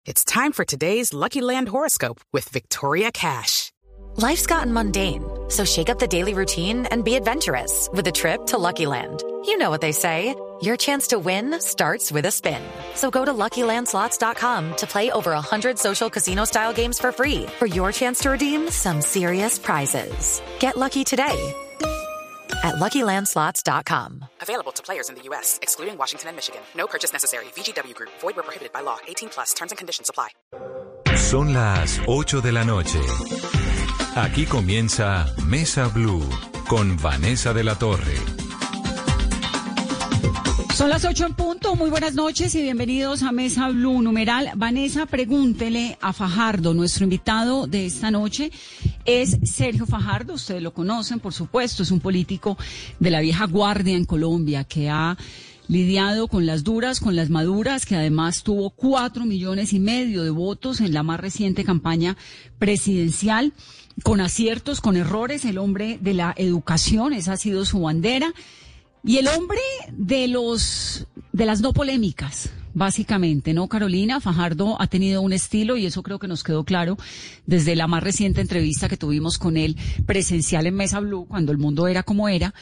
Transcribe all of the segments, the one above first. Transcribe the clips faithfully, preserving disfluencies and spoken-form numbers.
It's time for today's Lucky Land horoscope with Victoria Cash. Life's gotten mundane, so shake up the daily routine and be adventurous with a trip to Lucky Land. You know what they say, your chance to win starts with a spin. So go to Lucky Land Slots dot com to play over one hundred social casino-style games for free for your chance to redeem some serious prizes. Get lucky today at Lucky Land Slots dot com. Available to players in the U S, excluding Washington and Michigan. No purchase necessary. V G W Group. Void where prohibited by law. eighteen plus. Terms and conditions apply. Son las ocho de la noche. Aquí comienza Mesa Blue con Vanessa de la Torre. Son las ocho en punto. Muy buenas noches y bienvenidos a Mesa Blue. Numeral Vanessa, pregúntele a Fajardo. Nuestro invitado de esta noche es Sergio Fajardo. Ustedes lo conocen, por supuesto. Es un político de la vieja guardia en Colombia que ha lidiado con las duras, con las maduras, que además tuvo cuatro millones y medio de votos en la más reciente campaña presidencial, con aciertos, con errores. El hombre de la educación, esa ha sido su bandera. Y el hombre de los de las no polémicas, básicamente, ¿no, Carolina? Fajardo ha tenido un estilo y eso creo que nos quedó claro desde la más reciente entrevista que tuvimos con él presencial en Mesa Blue, cuando el mundo era como era,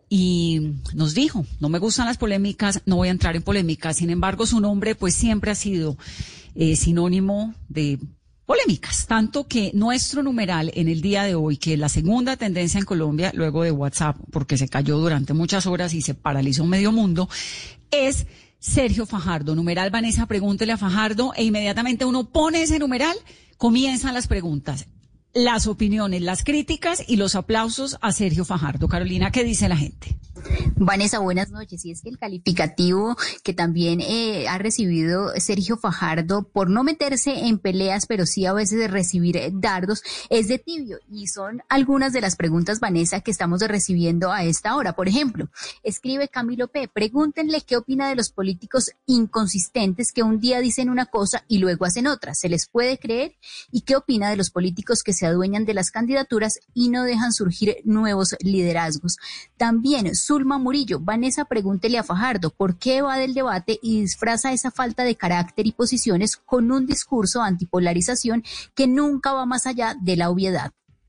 y nos dijo, no me gustan las polémicas, no voy a entrar en polémicas. Sin embargo, su nombre pues siempre ha sido eh, sinónimo de polémicas, tanto que nuestro numeral en el día de hoy, que es la segunda tendencia en Colombia, luego de WhatsApp, porque se cayó durante muchas horas y se paralizó medio mundo, es Sergio Fajardo. Numeral Vanessa, pregúntele a Fajardo, e inmediatamente uno pone ese numeral, comienzan las preguntas, las opiniones, las críticas y los aplausos a Sergio Fajardo. Carolina, ¿qué dice la gente? Vanessa, buenas noches. Y es que el calificativo que también eh, ha recibido Sergio Fajardo por no meterse en peleas, pero sí a veces de recibir eh, dardos, es de tibio. Y son algunas de las preguntas, Vanessa, que estamos recibiendo a esta hora. Por ejemplo, escribe Camilo P. Pregúntenle qué opina de los políticos inconsistentes que un día dicen una cosa y luego hacen otra. ¿Se les puede creer? ¿Y qué opina de los políticos que se adueñan de las candidaturas y no dejan surgir nuevos liderazgos? También Zulma Murillo, Vanessa, pregúntele a Fajardo por qué va del debate y disfraza esa falta de carácter y posiciones con un discurso antipolarización que nunca va más allá de la obviedad.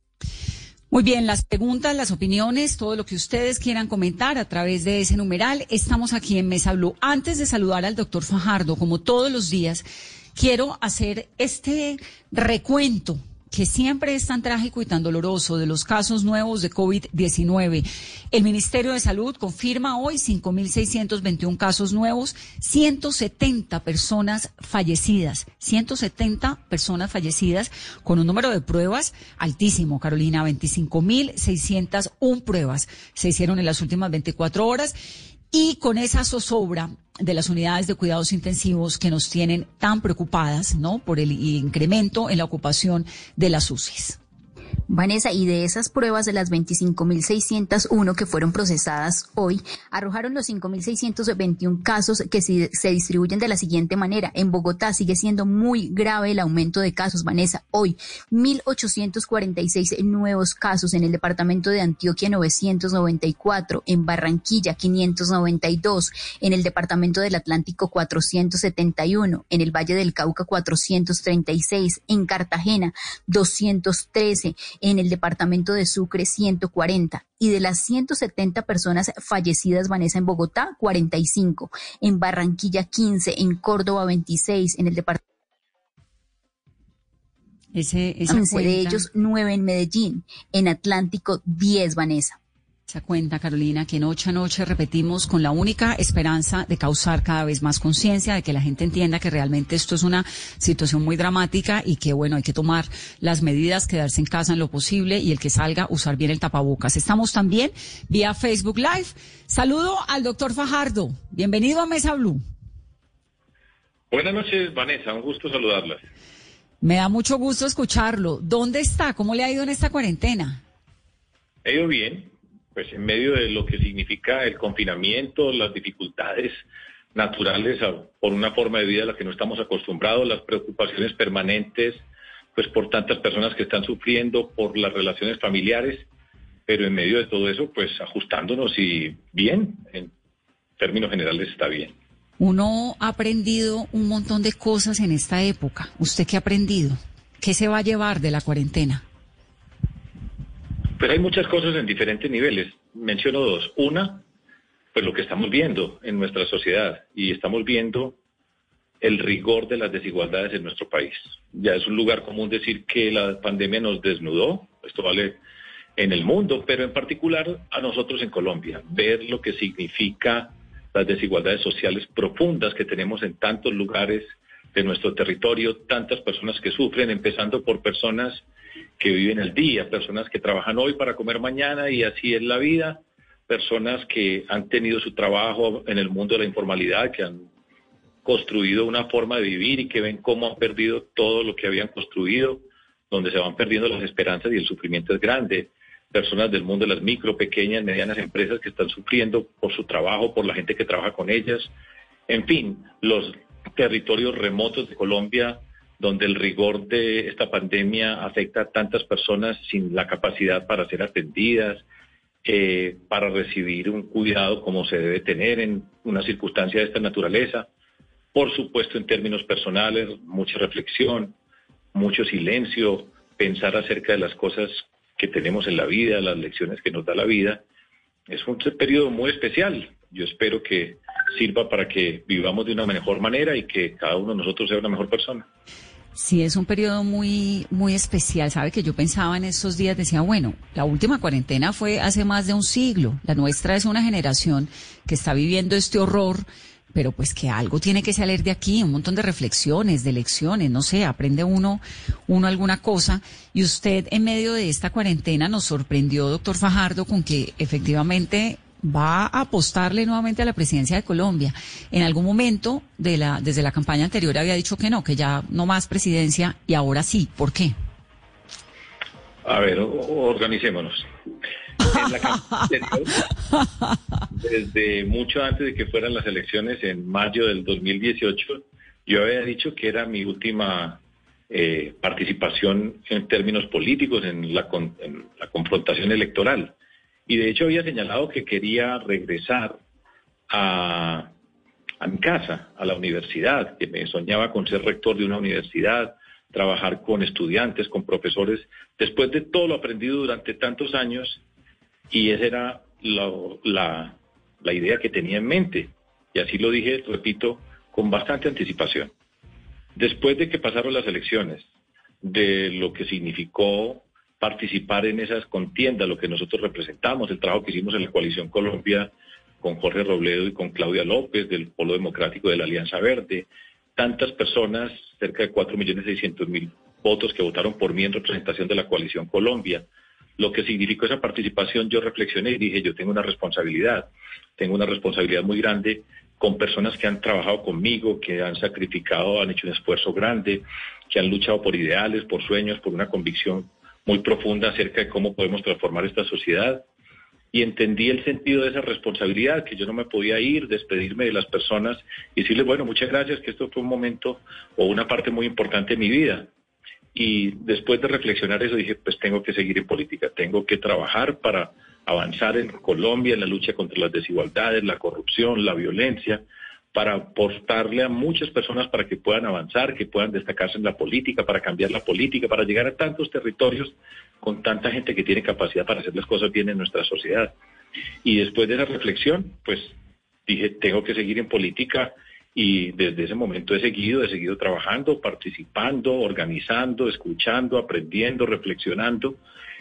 Muy bien, las preguntas, las opiniones, todo lo que ustedes quieran comentar a través de ese numeral. Estamos aquí en Mesa Blue. Antes de saludar al doctor Fajardo, como todos los días, quiero hacer este recuento que siempre es tan trágico y tan doloroso de los casos nuevos de COVID diecinueve. El Ministerio de Salud confirma hoy cinco mil seiscientos veintiún casos nuevos, ciento setenta personas fallecidas, ciento setenta personas fallecidas con un número de pruebas altísimo, Carolina, veinticinco mil seiscientas una pruebas se hicieron en las últimas veinticuatro horas. Y con esa zozobra de las unidades de cuidados intensivos que nos tienen tan preocupadas, ¿no?, por el incremento en la ocupación de las U C Is. Vanessa, y de esas pruebas de las veinticinco mil seiscientas uno que fueron procesadas hoy, arrojaron los cinco mil seiscientos veintiún casos que se, se distribuyen de la siguiente manera. En Bogotá sigue siendo muy grave el aumento de casos, Vanessa. Hoy, mil ochocientos cuarenta y seis nuevos casos. En el departamento de Antioquia, novecientos noventa y cuatro. En Barranquilla, quinientos noventa y dos. En el departamento del Atlántico, cuatrocientos setenta y uno. En el Valle del Cauca, cuatrocientos treinta y seis. En Cartagena, doscientos trece. En el departamento de Sucre, ciento cuarenta. Y de las ciento setenta personas fallecidas, Vanessa, en Bogotá, cuarenta y cinco. En Barranquilla, quince. En Córdoba, veintiséis. En el departamento Ese, esa quince cuenta, de ellos, nueve en Medellín. En Atlántico, diez, Vanessa. Esa cuenta, Carolina, que noche a noche repetimos con la única esperanza de causar cada vez más conciencia, de que la gente entienda que realmente esto es una situación muy dramática y que, bueno, hay que tomar las medidas, quedarse en casa en lo posible y el que salga, usar bien el tapabocas. Estamos también vía Facebook Live. Saludo al doctor Fajardo. Bienvenido a Mesa Blue. Buenas noches, Vanessa. Un gusto saludarlas. Me da mucho gusto escucharlo. ¿Dónde está? ¿Cómo le ha ido en esta cuarentena? He ido bien. Pues en medio de lo que significa el confinamiento, las dificultades naturales a, por una forma de vida a la que no estamos acostumbrados, las preocupaciones permanentes, pues por tantas personas que están sufriendo, por las relaciones familiares, pero en medio de todo eso, pues ajustándonos y bien, en términos generales está bien. Uno ha aprendido un montón de cosas en esta época. ¿Usted qué ha aprendido? ¿Qué se va a llevar de la cuarentena? Pues hay muchas cosas en diferentes niveles. Menciono dos. Una, pues lo que estamos viendo en nuestra sociedad, y estamos viendo el rigor de las desigualdades en nuestro país. Ya es un lugar común decir que la pandemia nos desnudó, esto vale en el mundo, pero en particular a nosotros en Colombia, ver lo que significa las desigualdades sociales profundas que tenemos en tantos lugares de nuestro territorio, tantas personas que sufren, empezando por personas que viven el día, personas que trabajan hoy para comer mañana y así es la vida, personas que han tenido su trabajo en el mundo de la informalidad, que han construido una forma de vivir y que ven cómo han perdido todo lo que habían construido, donde se van perdiendo las esperanzas y el sufrimiento es grande. Personas del mundo de las micro, pequeñas, medianas empresas que están sufriendo por su trabajo, por la gente que trabaja con ellas. En fin, los territorios remotos de Colombia, donde el rigor de esta pandemia afecta a tantas personas sin la capacidad para ser atendidas, eh, para recibir un cuidado como se debe tener en una circunstancia de esta naturaleza. Por supuesto, en términos personales, mucha reflexión, mucho silencio, pensar acerca de las cosas que tenemos en la vida, las lecciones que nos da la vida. Es un periodo muy especial. Yo espero que sirva para que vivamos de una mejor manera y que cada uno de nosotros sea una mejor persona. Sí, es un periodo muy, muy especial. Sabe que yo pensaba en estos días, decía, bueno, la última cuarentena fue hace más de un siglo. La nuestra es una generación que está viviendo este horror, pero pues que algo tiene que salir de aquí, un montón de reflexiones, de lecciones, no sé, aprende uno, uno alguna cosa. Y usted en medio de esta cuarentena nos sorprendió, doctor Fajardo, con que efectivamente va a apostarle nuevamente a la presidencia de Colombia. En algún momento de la, desde la campaña anterior había dicho que no, que ya no más presidencia, y ahora sí. ¿Por qué? A ver, organicémonos. En la campaña anterior, desde mucho antes de que fueran las elecciones en mayo del dos mil dieciocho, yo había dicho que era mi última eh, participación en términos políticos en la, con, en la confrontación electoral. Y de hecho había señalado que quería regresar a, a mi casa, a la universidad, que me soñaba con ser rector de una universidad, trabajar con estudiantes, con profesores, después de todo lo aprendido durante tantos años, y esa era la, la, la idea que tenía en mente. Y así lo dije, repito, con bastante anticipación. Después de que pasaron las elecciones, de lo que significó participar en esas contiendas, lo que nosotros representamos, el trabajo que hicimos en la Coalición Colombia con Jorge Robledo y con Claudia López, del Polo Democrático de la Alianza Verde, tantas personas, cerca de cuatro millones seiscientos mil votos que votaron por mí en representación de la Coalición Colombia. Lo que significó esa participación, yo reflexioné y dije, yo tengo una responsabilidad, tengo una responsabilidad muy grande con personas que han trabajado conmigo, que han sacrificado, han hecho un esfuerzo grande, que han luchado por ideales, por sueños, por una convicción muy profunda acerca de cómo podemos transformar esta sociedad. Y entendí el sentido de esa responsabilidad, que yo no me podía ir, despedirme de las personas y decirles, bueno, muchas gracias, que esto fue un momento o una parte muy importante de mi vida. Y después de reflexionar eso dije, pues tengo que seguir en política, tengo que trabajar para avanzar en Colombia en la lucha contra las desigualdades, la corrupción, la violencia, para aportarle a muchas personas para que puedan avanzar, que puedan destacarse en la política, para cambiar la política, para llegar a tantos territorios con tanta gente que tiene capacidad para hacer las cosas bien en nuestra sociedad. Y después de esa reflexión, pues dije, tengo que seguir en política. Y desde ese momento he seguido, he seguido trabajando, participando, organizando, escuchando, aprendiendo, reflexionando.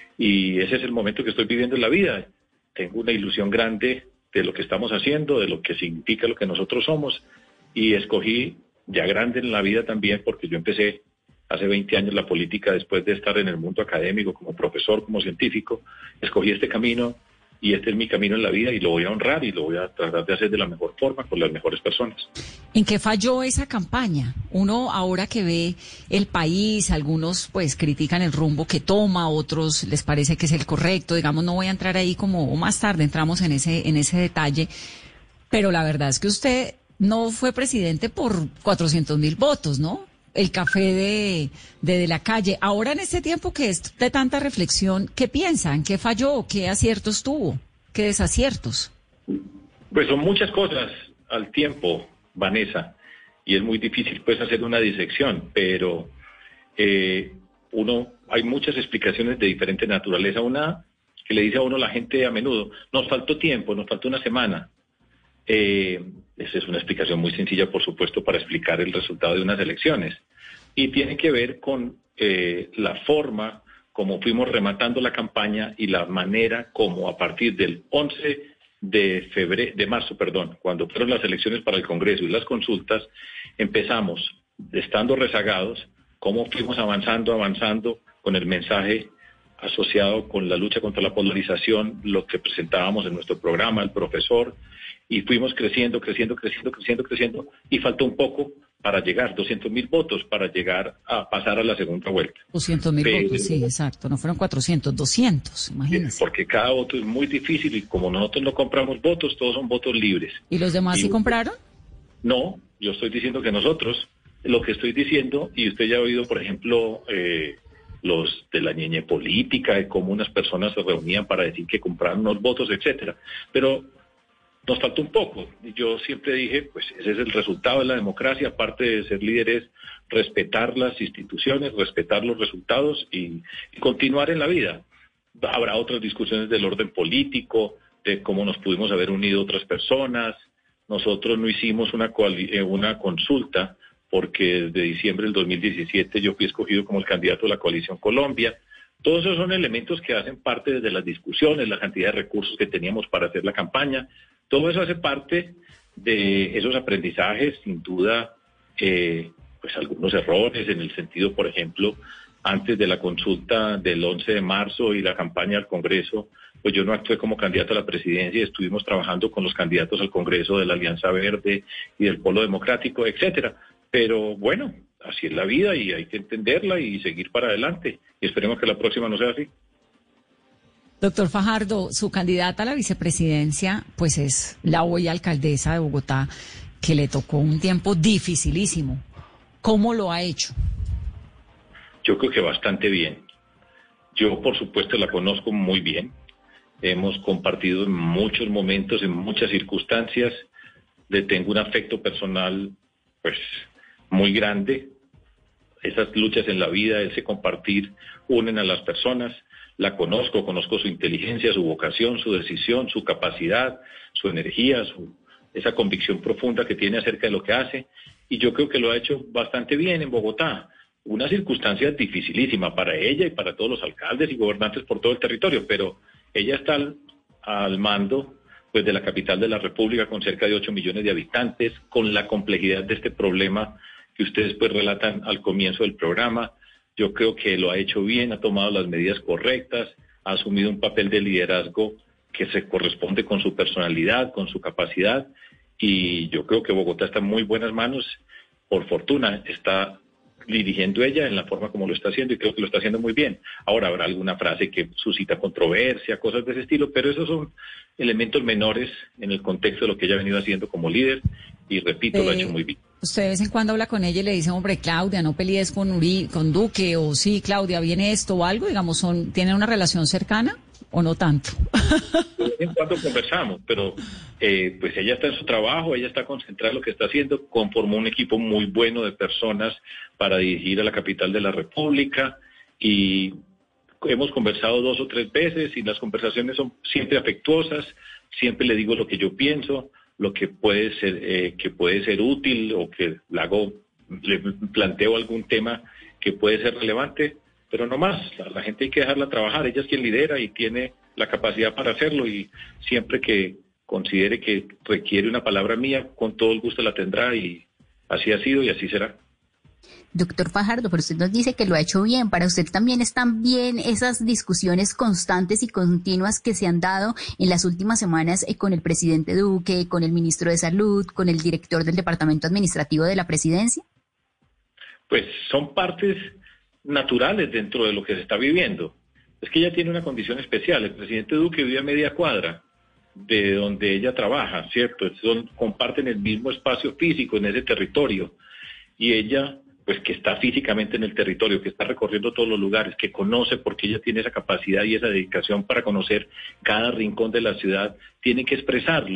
Y ese es el momento que estoy viviendo en la vida. Tengo una ilusión grande de lo que estamos haciendo, de lo que significa lo que nosotros somos. Y escogí, ya grande en la vida también, porque yo empecé hace veinte años la política después de estar en el mundo académico, como profesor, como científico. Escogí este camino. Y este es mi camino en la vida y lo voy a honrar y lo voy a tratar de hacer de la mejor forma con las mejores personas. ¿En qué falló esa campaña? Uno ahora que ve el país, algunos pues critican el rumbo que toma, otros les parece que es el correcto. Digamos, no voy a entrar ahí como o más tarde entramos en ese en ese detalle. Pero la verdad es que usted no fue presidente por cuatrocientos mil votos, ¿no? El café de, de de la calle. Ahora en este tiempo que es de tanta reflexión, ¿qué piensan? ¿Qué falló? ¿Qué aciertos tuvo? ¿Qué desaciertos? Pues son muchas cosas al tiempo. Vanessa, y es muy difícil pues hacer una disección, pero eh, uno, hay muchas explicaciones de diferente naturaleza. Una que le dice a uno la gente a menudo, nos faltó tiempo, nos faltó una semana. Eh, esa es una explicación muy sencilla, por supuesto, para explicar el resultado de unas elecciones. Y tiene que ver con eh, la forma como fuimos rematando la campaña y la manera como a partir del once de febrero, de marzo, perdón, cuando fueron las elecciones para el Congreso y las consultas, empezamos, estando rezagados, cómo fuimos avanzando, avanzando con el mensaje asociado con la lucha contra la polarización, lo que presentábamos en nuestro programa, el profesor, y fuimos creciendo, creciendo, creciendo, creciendo, creciendo, y faltó un poco para llegar, doscientos mil votos, para llegar a pasar a la segunda vuelta. doscientos mil votos, sí, exacto, no fueron cuatrocientos, doscientos, imagínense. Porque cada voto es muy difícil y como nosotros no compramos votos, todos son votos libres. ¿Y los demás y, sí compraron? No, yo estoy diciendo que nosotros, lo que estoy diciendo, y usted ya ha oído, por ejemplo, eh, los de la ñeñe política, de cómo unas personas se reunían para decir que compraron unos votos, etcétera, pero nos falta un poco. Yo siempre dije, pues ese es el resultado de la democracia, aparte de ser líderes, respetar las instituciones, respetar los resultados y, y continuar en la vida. Habrá otras discusiones del orden político, de cómo nos pudimos haber unido otras personas. Nosotros no hicimos una, coali- una consulta porque desde diciembre del dos mil diecisiete yo fui escogido como el candidato de la Coalición Colombia. Todos esos son elementos que hacen parte de las discusiones, la cantidad de recursos que teníamos para hacer la campaña. Todo eso hace parte de esos aprendizajes, sin duda, eh, pues algunos errores en el sentido, por ejemplo, antes de la consulta del once de marzo y la campaña al Congreso, pues yo no actué como candidato a la presidencia y estuvimos trabajando con los candidatos al Congreso de la Alianza Verde y del Polo Democrático, etcétera. Pero bueno, así es la vida y hay que entenderla y seguir para adelante. Y esperemos que la próxima no sea así. Doctor Fajardo, su candidata a la vicepresidencia, pues es la hoy alcaldesa de Bogotá, que le tocó un tiempo dificilísimo. ¿Cómo lo ha hecho? Yo creo que bastante bien. Yo, por supuesto, la conozco muy bien. Hemos compartido en muchos momentos, en muchas circunstancias. Le tengo un afecto personal, pues, muy grande. Esas luchas en la vida, ese compartir, unen a las personas. La conozco, conozco su inteligencia, su vocación, su decisión, su capacidad, su energía, su, esa convicción profunda que tiene acerca de lo que hace. Y yo creo que lo ha hecho bastante bien en Bogotá. Una circunstancia dificilísima para ella y para todos los alcaldes y gobernantes por todo el territorio, pero ella está al, al mando pues, de la capital de la República con cerca de ocho millones de habitantes, con la complejidad de este problema que ustedes pues relatan al comienzo del programa. Yo creo que lo ha hecho bien, ha tomado las medidas correctas, ha asumido un papel de liderazgo que se corresponde con su personalidad, con su capacidad, y yo creo que Bogotá está en muy buenas manos. Por fortuna está dirigiendo ella en la forma como lo está haciendo y creo que lo está haciendo muy bien. Ahora habrá alguna frase que suscita controversia, cosas de ese estilo, pero esos son elementos menores en el contexto de lo que ella ha venido haciendo como líder y repito, eh, lo ha hecho muy bien. Usted de vez en cuando habla con ella y le dice, hombre, Claudia, no pelees con Uri, con Duque, o sí, Claudia, viene esto o algo, digamos, son, ¿tienen una relación cercana o no tanto? De vez en cuando conversamos, pero eh, pues ella está en su trabajo, ella está concentrada en lo que está haciendo, conformó un equipo muy bueno de personas para dirigir a la capital de la República y hemos conversado dos o tres veces y las conversaciones son siempre afectuosas, siempre le digo lo que yo pienso, lo que puede ser eh, que puede ser útil o que le hago, le planteo algún tema que puede ser relevante, pero no más, la, la gente hay que dejarla trabajar, ella es quien lidera y tiene la capacidad para hacerlo y siempre que considere que requiere una palabra mía, con todo el gusto la tendrá y así ha sido y así será. Doctor Fajardo, pero usted nos dice que lo ha hecho bien. ¿Para usted también están bien esas discusiones constantes y continuas que se han dado en las últimas semanas con el presidente Duque, con el ministro de Salud, con el director del Departamento Administrativo de la Presidencia? Pues son partes naturales dentro de lo que se está viviendo. Es que ella tiene una condición especial. El presidente Duque vive a media cuadra de donde ella trabaja, ¿cierto? Son, comparten el mismo espacio físico en ese territorio y ella, pues que está físicamente en el territorio, que está recorriendo todos los lugares, que conoce porque ella tiene esa capacidad y esa dedicación para conocer cada rincón de la ciudad, tiene que expresarlo.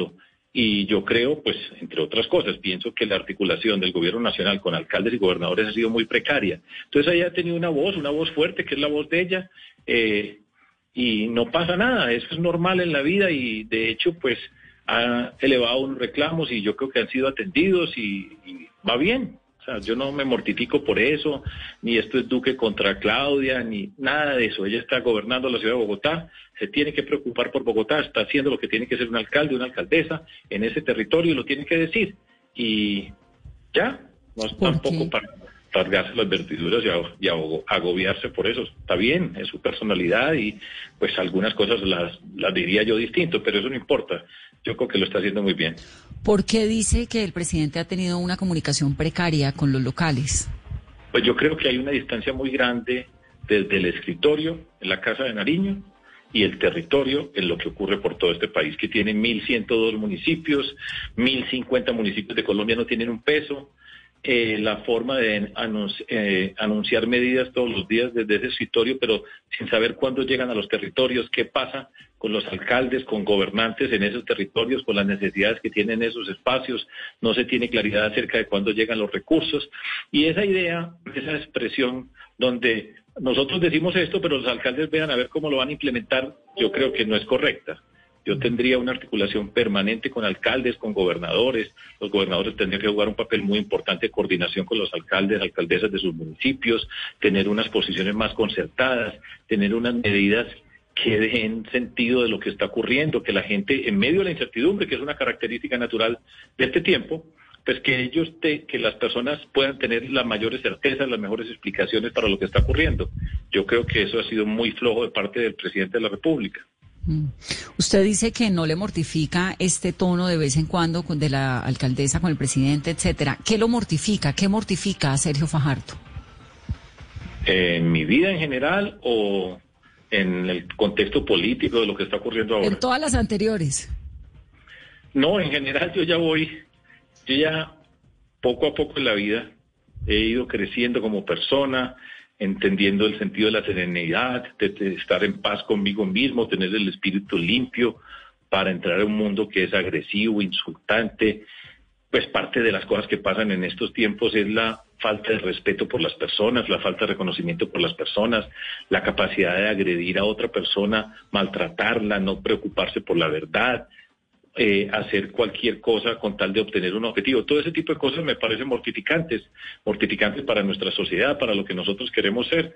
Y yo creo, pues, entre otras cosas, pienso que la articulación del gobierno nacional con alcaldes y gobernadores ha sido muy precaria. Entonces ella ha tenido una voz, una voz fuerte, que es la voz de ella, eh, y no pasa nada, eso es normal en la vida y de hecho, pues, ha elevado unos reclamos y yo creo que han sido atendidos y, y va bien. O sea, yo no me mortifico por eso, ni esto es Duque contra Claudia, ni nada de eso. Ella está gobernando la ciudad de Bogotá, se tiene que preocupar por Bogotá, está haciendo lo que tiene que ser un alcalde, una alcaldesa en ese territorio y lo tiene que decir. Y ya, no es tampoco para rasgarse las vertiduras y, a, y a, agobiarse por eso. Está bien, es su personalidad y pues algunas cosas las, las diría yo distinto, pero eso no importa. Yo creo que lo está haciendo muy bien. ¿Por qué dice que el presidente ha tenido una comunicación precaria con los locales? Pues yo creo que hay una distancia muy grande desde el escritorio en la Casa de Nariño y el territorio en lo que ocurre por todo este país, que tiene mil ciento dos municipios, mil cincuenta municipios de Colombia no tienen un peso. Eh, la forma de anunci- eh, anunciar medidas todos los días desde ese escritorio, pero sin saber cuándo llegan a los territorios, qué pasa con los alcaldes, con gobernantes en esos territorios, con las necesidades que tienen esos espacios, no se tiene claridad acerca de cuándo llegan los recursos, y esa idea, esa expresión donde nosotros decimos esto, pero los alcaldes vean a ver cómo lo van a implementar, yo creo que no es correcta. Yo tendría una articulación permanente con alcaldes, con gobernadores. Los gobernadores tendrían que jugar un papel muy importante de coordinación con los alcaldes, alcaldesas de sus municipios, tener unas posiciones más concertadas, tener unas medidas que den sentido de lo que está ocurriendo, que la gente, en medio de la incertidumbre, que es una característica natural de este tiempo, pues que ellos, te, que las personas puedan tener las mayores certezas, las mejores explicaciones para lo que está ocurriendo. Yo creo que eso ha sido muy flojo de parte del presidente de la República. Usted dice que no le mortifica este tono de vez en cuando con de la alcaldesa, con el presidente, etcétera. ¿Qué lo mortifica? ¿Qué mortifica a Sergio Fajardo? ¿En mi vida en general o en el contexto político de lo que está ocurriendo ahora? En todas las anteriores. No, en general yo ya voy, yo ya poco a poco en la vida he ido creciendo como persona, entendiendo el sentido de la serenidad, de, de estar en paz conmigo mismo, tener el espíritu limpio para entrar a un mundo que es agresivo, insultante. Pues parte de las cosas que pasan en estos tiempos es la falta de respeto por las personas, la falta de reconocimiento por las personas, la capacidad de agredir a otra persona, maltratarla, no preocuparse por la verdad, Eh, hacer cualquier cosa con tal de obtener un objetivo. Todo ese tipo de cosas me parecen mortificantes, mortificantes para nuestra sociedad, para lo que nosotros queremos ser,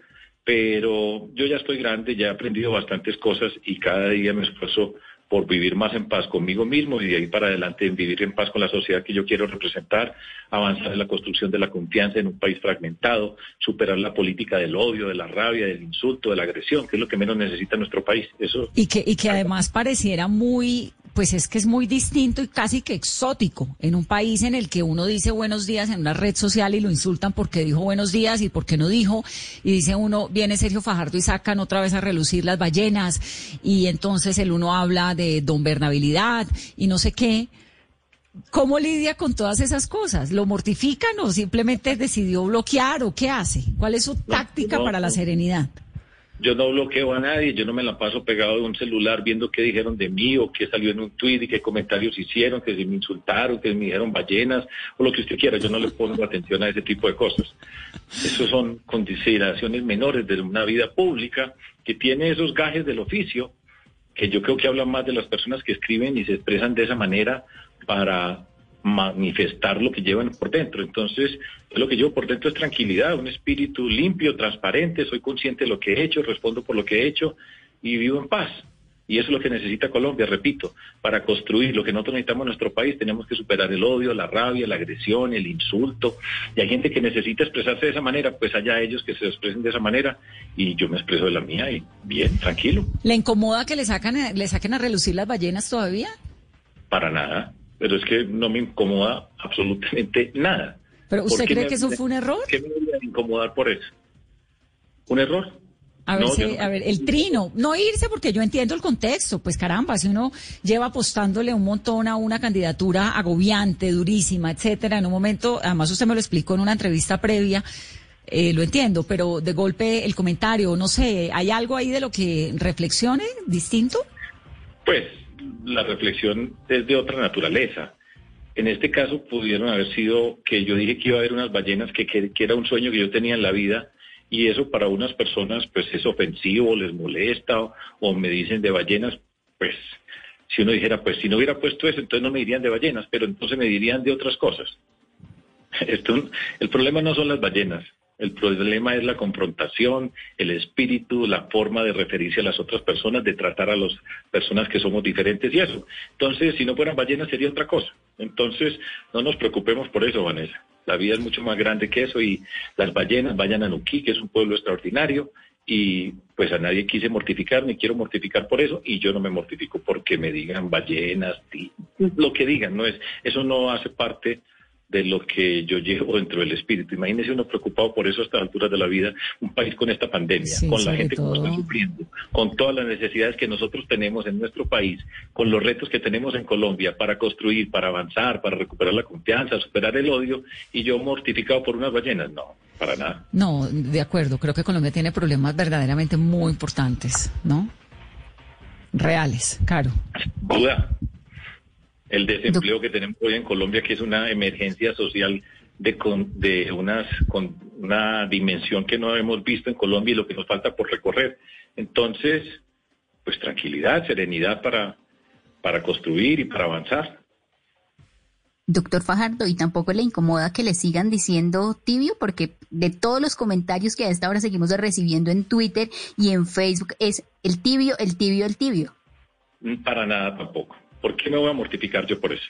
pero yo ya estoy grande, ya he aprendido bastantes cosas y cada día me esfuerzo por vivir más en paz conmigo mismo y de ahí para adelante en vivir en paz con la sociedad que yo quiero representar, avanzar en la construcción de la confianza en un país fragmentado, superar la política del odio, de la rabia, del insulto, de la agresión, que es lo que menos necesita nuestro país. Eso. Y que, y que además pareciera muy, pues es que es muy distinto y casi que exótico en un país en el que uno dice buenos días en una red social y lo insultan porque dijo buenos días y porque no dijo, y dice uno, viene Sergio Fajardo y sacan otra vez a relucir las ballenas y entonces el uno habla de donbernabilidad y no sé qué. ¿Cómo lidia con todas esas cosas? ¿Lo mortifican o simplemente decidió bloquear o qué hace? ¿Cuál es su táctica no, no, para la serenidad? Yo no bloqueo a nadie, yo no me la paso pegado de un celular viendo qué dijeron de mí o qué salió en un tuit y qué comentarios hicieron, que si me insultaron, que me dijeron ballenas o lo que usted quiera. Yo no le pongo atención a ese tipo de cosas. Eso son consideraciones menores de una vida pública que tiene esos gajes del oficio, que yo creo que hablan más de las personas que escriben y se expresan de esa manera para manifestar lo que llevan por dentro. Entonces, lo que llevo por dentro es tranquilidad, un espíritu limpio, transparente, soy consciente de lo que he hecho, respondo por lo que he hecho y vivo en paz. Y eso es lo que necesita Colombia, repito, para construir lo que nosotros necesitamos en nuestro país. Tenemos que superar el odio, la rabia, la agresión, el insulto. Y hay gente que necesita expresarse de esa manera, pues allá ellos que se expresen de esa manera y yo me expreso de la mía y bien, tranquilo. ¿Le incomoda que le sacan, le saquen a relucir las ballenas todavía? Para nada, pero es que no me incomoda absolutamente nada. ¿Pero usted cree me, que eso fue un error? ¿Qué me voy a incomodar por eso? ¿Un error? A ver, no, si, no, a ver, el trino, no irse porque yo entiendo el contexto, pues caramba, si uno lleva apostándole un montón a una candidatura agobiante, durísima, etcétera, en un momento, además usted me lo explicó en una entrevista previa, eh, lo entiendo, pero de golpe el comentario, no sé, ¿hay algo ahí de lo que reflexione distinto? Pues la reflexión es de otra naturaleza. En este caso pudieron haber sido que yo dije que iba a haber unas ballenas, que, que, que era un sueño que yo tenía en la vida, y eso para unas personas pues es ofensivo, les molesta, o, o me dicen de ballenas, pues si uno dijera, pues si no hubiera puesto eso, entonces no me dirían de ballenas, pero entonces me dirían de otras cosas. Esto, el problema no son las ballenas. El problema es la confrontación, el espíritu, la forma de referirse a las otras personas, de tratar a las personas que somos diferentes y eso. Entonces, si no fueran ballenas sería otra cosa. Entonces, no nos preocupemos por eso, Vanessa. La vida es mucho más grande que eso y las ballenas vayan a Nuquí, que es un pueblo extraordinario, y pues a nadie quise mortificar, ni quiero mortificar por eso, y yo no me mortifico porque me digan ballenas, lo que digan, no es, eso no hace parte de lo que yo llevo dentro del espíritu. Imagínese uno preocupado por eso a estas alturas de la vida, un país con esta pandemia, sí, con la gente todo. que está sufriendo, con todas las necesidades que nosotros tenemos en nuestro país, con los retos que tenemos en Colombia para construir, para avanzar, para recuperar la confianza, superar el odio, y yo mortificado por unas ballenas, no, para nada. No, de acuerdo, creo que Colombia tiene problemas verdaderamente muy importantes, ¿no? Reales, claro. Duda. El desempleo que tenemos hoy en Colombia, que es una emergencia social de con, de unas con una dimensión que no hemos visto en Colombia y lo que nos falta por recorrer. Entonces, pues tranquilidad, serenidad para, para construir y para avanzar. Doctor Fajardo, ¿y tampoco le incomoda que le sigan diciendo tibio? Porque de todos los comentarios que a esta hora seguimos recibiendo en Twitter y en Facebook es el tibio, el tibio, el tibio. Para nada tampoco. ¿Por qué me voy a mortificar yo por eso?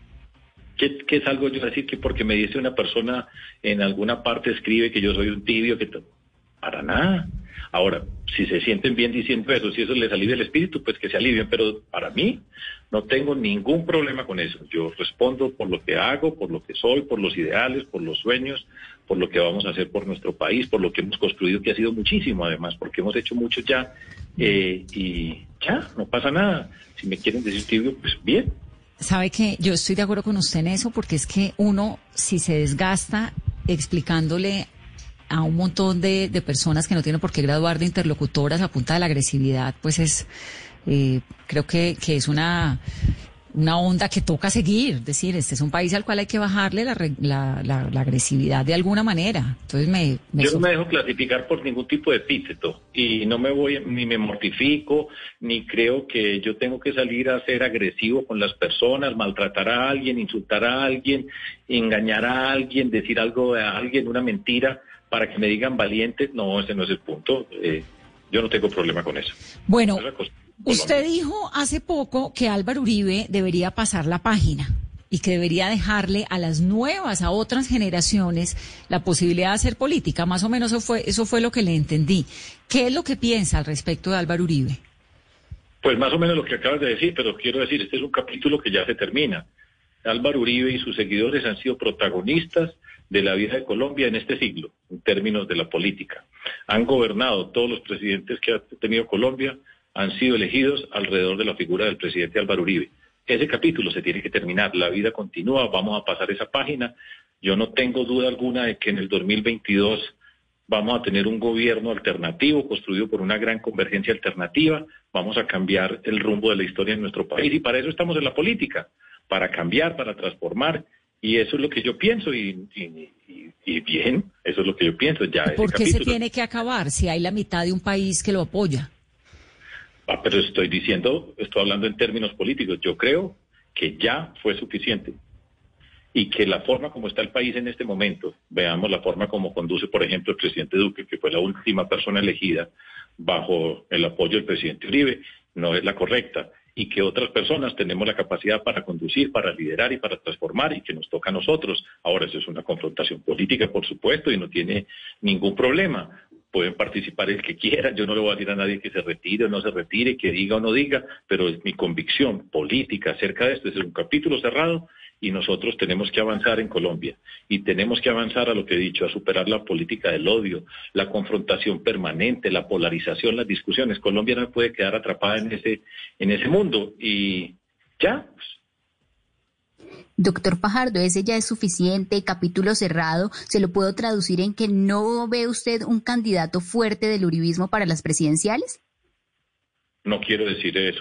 ¿Qué, qué es algo yo decir que porque me dice una persona en alguna parte escribe que yo soy un tibio? Que para nada. Ahora, si se sienten bien diciendo eso, si eso les alivia el espíritu, pues que se alivien, pero para mí no tengo ningún problema con eso. Yo respondo por lo que hago, por lo que soy, por los ideales, por los sueños, por lo que vamos a hacer por nuestro país, por lo que hemos construido, que ha sido muchísimo además, porque hemos hecho mucho ya, eh, y ya, no pasa nada. Si me quieren decir tibio, pues bien. Sabe que yo estoy de acuerdo con usted en eso, porque es que uno, si se desgasta explicándole a un montón de, de personas que no tienen por qué graduar de interlocutoras a punta de la agresividad, pues es, eh, creo que, que es una, una onda que toca seguir. Es decir, este es un país al cual hay que bajarle la, la, la, la agresividad de alguna manera. Entonces me, me Yo no me dejo clasificar por ningún tipo de epíteto y no me voy, ni me mortifico, ni creo que yo tengo que salir a ser agresivo con las personas, maltratar a alguien, insultar a alguien, engañar a alguien, decir algo a alguien, una mentira, para que me digan valiente. No, ese no es el punto. Eh, yo no tengo problema con eso. Bueno, usted dijo hace poco que Álvaro Uribe debería pasar la página y que debería dejarle a las nuevas, a otras generaciones, la posibilidad de hacer política. Más o menos eso fue, eso fue lo que le entendí. ¿Qué es lo que piensa al respecto de Álvaro Uribe? Pues más o menos lo que acabas de decir, pero quiero decir, este es un capítulo que ya se termina. Álvaro Uribe y sus seguidores han sido protagonistas de la vida de Colombia en este siglo, en términos de la política. Han gobernado, todos los presidentes que ha tenido Colombia han sido elegidos alrededor de la figura del presidente Álvaro Uribe. Ese capítulo se tiene que terminar, la vida continúa, vamos a pasar esa página. Yo no tengo duda alguna de que en el dos mil veintidós vamos a tener un gobierno alternativo construido por una gran convergencia alternativa, vamos a cambiar el rumbo de la historia en nuestro país y para eso estamos en la política, para cambiar, para transformar. Y eso es lo que yo pienso y, y, y, y bien, eso es lo que yo pienso. Ya ¿Por qué se tiene que acabar si hay la mitad de un país que lo apoya? Ah, pero estoy diciendo, estoy hablando en términos políticos. Yo creo que ya fue suficiente y que la forma como está el país en este momento, veamos la forma como conduce, por ejemplo, el presidente Duque, que fue la última persona elegida bajo el apoyo del presidente Uribe, no es la correcta. Y que otras personas tenemos la capacidad para conducir, para liderar y para transformar y que nos toca a nosotros. Ahora, eso es una confrontación política, por supuesto, y no tiene ningún problema. Pueden participar el que quiera, yo no le voy a decir a nadie que se retire o no se retire, que diga o no diga, pero es mi convicción política acerca de esto. Es un capítulo cerrado y nosotros tenemos que avanzar en Colombia y tenemos que avanzar a lo que he dicho, a superar la política del odio, la confrontación permanente, la polarización, las discusiones. Colombia no puede quedar atrapada en ese, en ese mundo y ya. Doctor Fajardo, ese ya es suficiente, capítulo cerrado. ¿Se lo puedo traducir en que no ve usted un candidato fuerte del uribismo para las presidenciales? No quiero decir eso.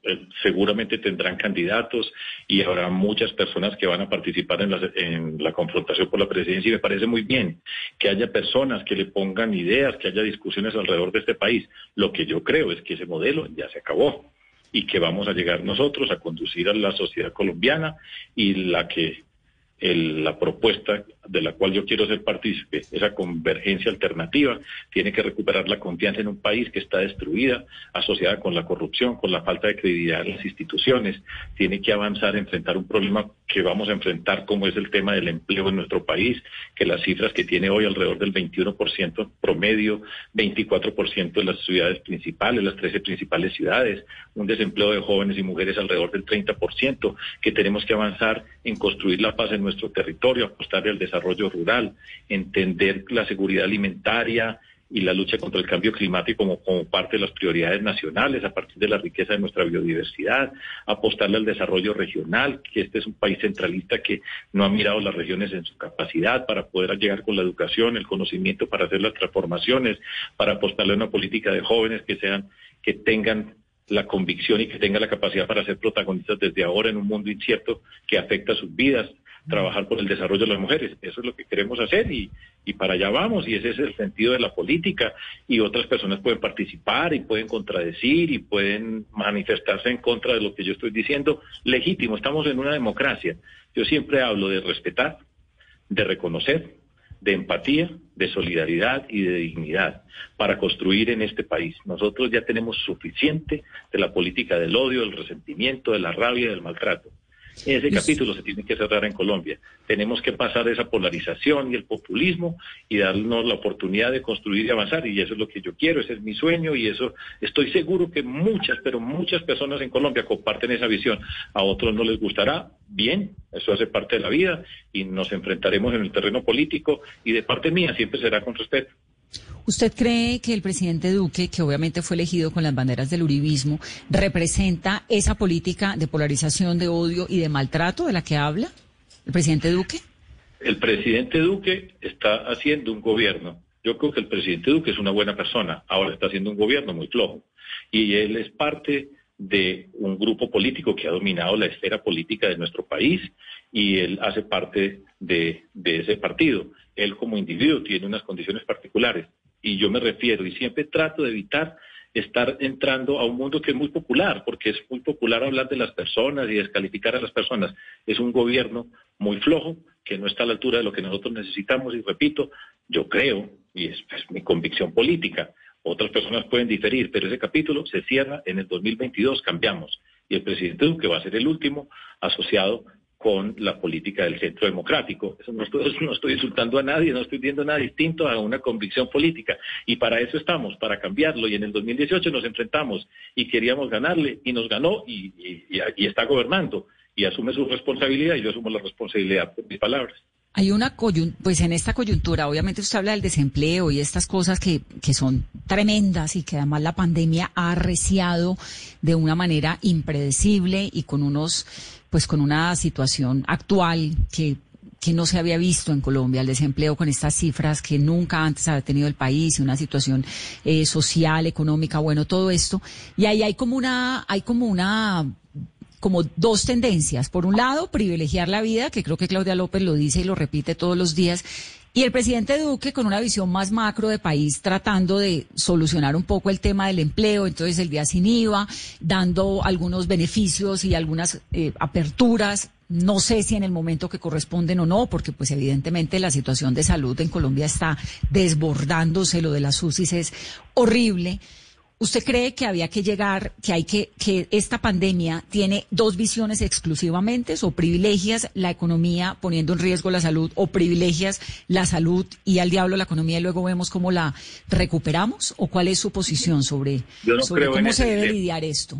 eh, seguramente tendrán candidatos y habrá muchas personas que van a participar en la, en la confrontación por la presidencia, y me parece muy bien que haya personas que le pongan ideas, que haya discusiones alrededor de este país. Lo que yo creo es que ese modelo ya se acabó y que vamos a llegar nosotros a conducir a la sociedad colombiana, y la que El, la propuesta de la cual yo quiero ser partícipe, esa convergencia alternativa, tiene que recuperar la confianza en un país que está destruida, asociada con la corrupción, con la falta de credibilidad en las instituciones. Tiene que avanzar a enfrentar un problema que vamos a enfrentar, como es el tema del empleo en nuestro país, que las cifras que tiene hoy alrededor del veintiuno por ciento promedio, veinticuatro por ciento de las ciudades principales, las trece principales ciudades, un desempleo de jóvenes y mujeres alrededor del treinta por ciento, que tenemos que avanzar en construir la paz en nuestro territorio, apostarle al desarrollo rural, entender la seguridad alimentaria y la lucha contra el cambio climático como, como parte de las prioridades nacionales a partir de la riqueza de nuestra biodiversidad, apostarle al desarrollo regional, que este es un país centralista que no ha mirado las regiones en su capacidad para poder llegar con la educación, el conocimiento para hacer las transformaciones, para apostarle a una política de jóvenes que sean, que tengan la convicción y que tengan la capacidad para ser protagonistas desde ahora en un mundo incierto que afecta sus vidas, trabajar por el desarrollo de las mujeres. Eso es lo que queremos hacer y, y para allá vamos, y ese es el sentido de la política, y otras personas pueden participar y pueden contradecir y pueden manifestarse en contra de lo que yo estoy diciendo, legítimo, estamos en una democracia. Yo siempre hablo de respetar, de reconocer, de empatía, de solidaridad y de dignidad para construir en este país. Nosotros ya tenemos suficiente de la política del odio, del resentimiento, de la rabia y del maltrato. Ese capítulo se tiene que cerrar en Colombia. Tenemos que pasar esa polarización y el populismo y darnos la oportunidad de construir y avanzar, y eso es lo que yo quiero, ese es mi sueño, y eso estoy seguro que muchas, pero muchas personas en Colombia comparten esa visión. A otros no les gustará, bien, eso hace parte de la vida y nos enfrentaremos en el terreno político, y de parte mía siempre será con respeto. ¿Usted cree que el presidente Duque, que obviamente fue elegido con las banderas del uribismo, representa esa política de polarización, de odio y de maltrato de la que habla el presidente Duque? El presidente Duque está haciendo un gobierno. Yo creo que el presidente Duque es una buena persona. Ahora está haciendo un gobierno muy flojo. Y él es parte de un grupo político que ha dominado la esfera política de nuestro país, y él hace parte de, de ese partido. Él como individuo tiene unas condiciones particulares, y yo me refiero y siempre trato de evitar estar entrando a un mundo que es muy popular, porque es muy popular hablar de las personas y descalificar a las personas. Es un gobierno muy flojo, que no está a la altura de lo que nosotros necesitamos, y repito, yo creo, y es, es mi convicción política, otras personas pueden diferir, pero ese capítulo se cierra en el dos mil veintidós, cambiamos, y el presidente Duque va a ser el último asociado con la política del centro democrático. Eso no estoy, no estoy insultando a nadie, no estoy viendo nada distinto a una convicción política, y para eso estamos, para cambiarlo, y en el dos mil dieciocho nos enfrentamos y queríamos ganarle, y nos ganó, y, y, y está gobernando, y asume su responsabilidad, y yo asumo la responsabilidad por mis palabras. Hay una coyuntura, pues en esta coyuntura, obviamente usted habla del desempleo y estas cosas que, que son tremendas, y que además la pandemia ha arreciado de una manera impredecible y con unos, pues con una situación actual que que no se había visto en Colombia, el desempleo con estas cifras que nunca antes había tenido el país, y una situación eh, social, económica, bueno, todo esto. Y ahí hay como una, hay como una, como dos tendencias. Por un lado, privilegiar la vida, que creo que Claudia López lo dice y lo repite todos los días, y el presidente Duque con una visión más macro de país, tratando de solucionar un poco el tema del empleo, entonces el día sin I V A, dando algunos beneficios y algunas eh, aperturas. No sé si en el momento que corresponden o no, porque pues evidentemente la situación de salud en Colombia está desbordándose, lo de las U C I es horrible. ¿Usted cree que había que llegar, que hay que, que esta pandemia tiene dos visiones exclusivamente, o privilegias la economía poniendo en riesgo la salud, o privilegias la salud y al diablo la economía y luego vemos cómo la recuperamos? ¿O cuál es su posición sobre, Yo no sobre creo cómo en se ese debe tema. lidiar esto?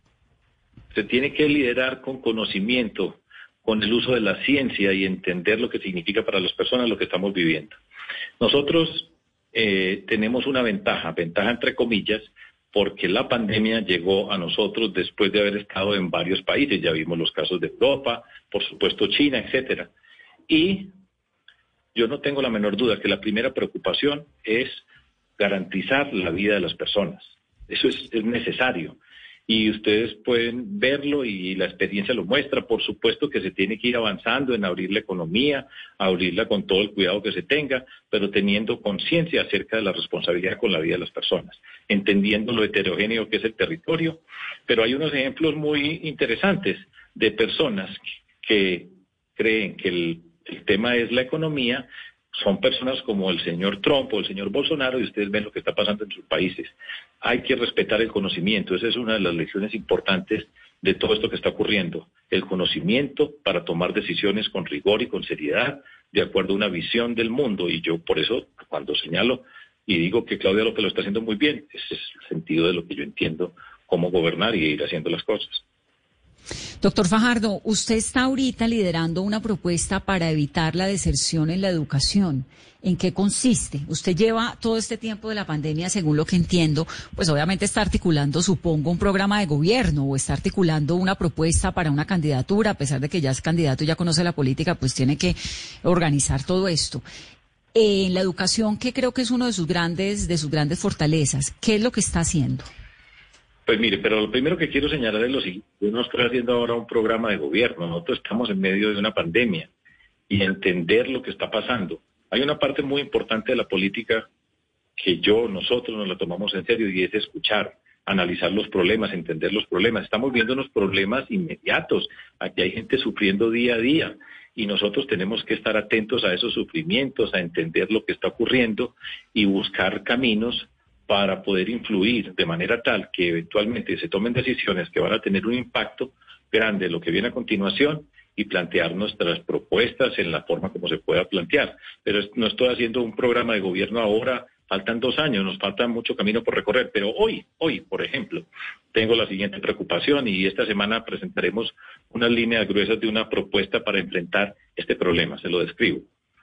Se tiene que liderar con conocimiento, con el uso de la ciencia, y entender lo que significa para las personas lo que estamos viviendo. Nosotros eh, tenemos una ventaja, ventaja entre comillas, porque la pandemia llegó a nosotros después de haber estado en varios países. Ya vimos los casos de Europa, por supuesto China, etcétera. Y yo no tengo la menor duda que la primera preocupación es garantizar la vida de las personas. Eso es, es necesario. y ustedes pueden verlo y la experiencia lo muestra. Por supuesto que se tiene que ir avanzando en abrir la economía, abrirla con todo el cuidado que se tenga, pero teniendo conciencia acerca de la responsabilidad con la vida de las personas, entendiendo lo heterogéneo que es el territorio. Pero hay unos ejemplos muy interesantes de personas que creen que el, el tema es la economía. Son personas como el señor Trump o el señor Bolsonaro, y ustedes ven lo que está pasando en sus países. Hay que respetar el conocimiento. Esa es una de las lecciones importantes de todo esto que está ocurriendo. El conocimiento para tomar decisiones con rigor y con seriedad, de acuerdo a una visión del mundo. Y yo por eso, cuando señalo y digo que Claudia López lo está haciendo muy bien, ese es el sentido de lo que yo entiendo, cómo gobernar y ir haciendo las cosas. Doctor Fajardo, usted está ahorita liderando una propuesta para evitar la deserción en la educación. ¿En qué consiste? Usted lleva todo este tiempo de la pandemia, según lo que entiendo, pues obviamente está articulando, supongo, un programa de gobierno o está articulando una propuesta para una candidatura, a pesar de que ya es candidato y ya conoce la política, pues tiene que organizar todo esto. En la educación, que creo que es uno de sus grandes, de sus grandes fortalezas, ¿qué es lo que está haciendo? Pues mire, pero lo primero que quiero señalar es lo siguiente. Yo no estoy haciendo ahora un programa de gobierno. Nosotros estamos en medio de una pandemia y entender lo que está pasando. Hay una parte muy importante de la política que yo, nosotros nos la tomamos en serio, y es escuchar, analizar los problemas, entender los problemas. Estamos viendo unos problemas inmediatos. Aquí hay gente sufriendo día a día y nosotros tenemos que estar atentos a esos sufrimientos, a entender lo que está ocurriendo y buscar caminos para poder influir de manera tal que eventualmente se tomen decisiones que van a tener un impacto grande en lo que viene a continuación y plantear nuestras propuestas en la forma como se pueda plantear. Pero no estoy haciendo un programa de gobierno ahora, faltan dos años, nos falta mucho camino por recorrer, pero hoy, hoy, por ejemplo, tengo la siguiente preocupación y esta semana presentaremos unas líneas gruesas de una propuesta para enfrentar este problema, se lo describo.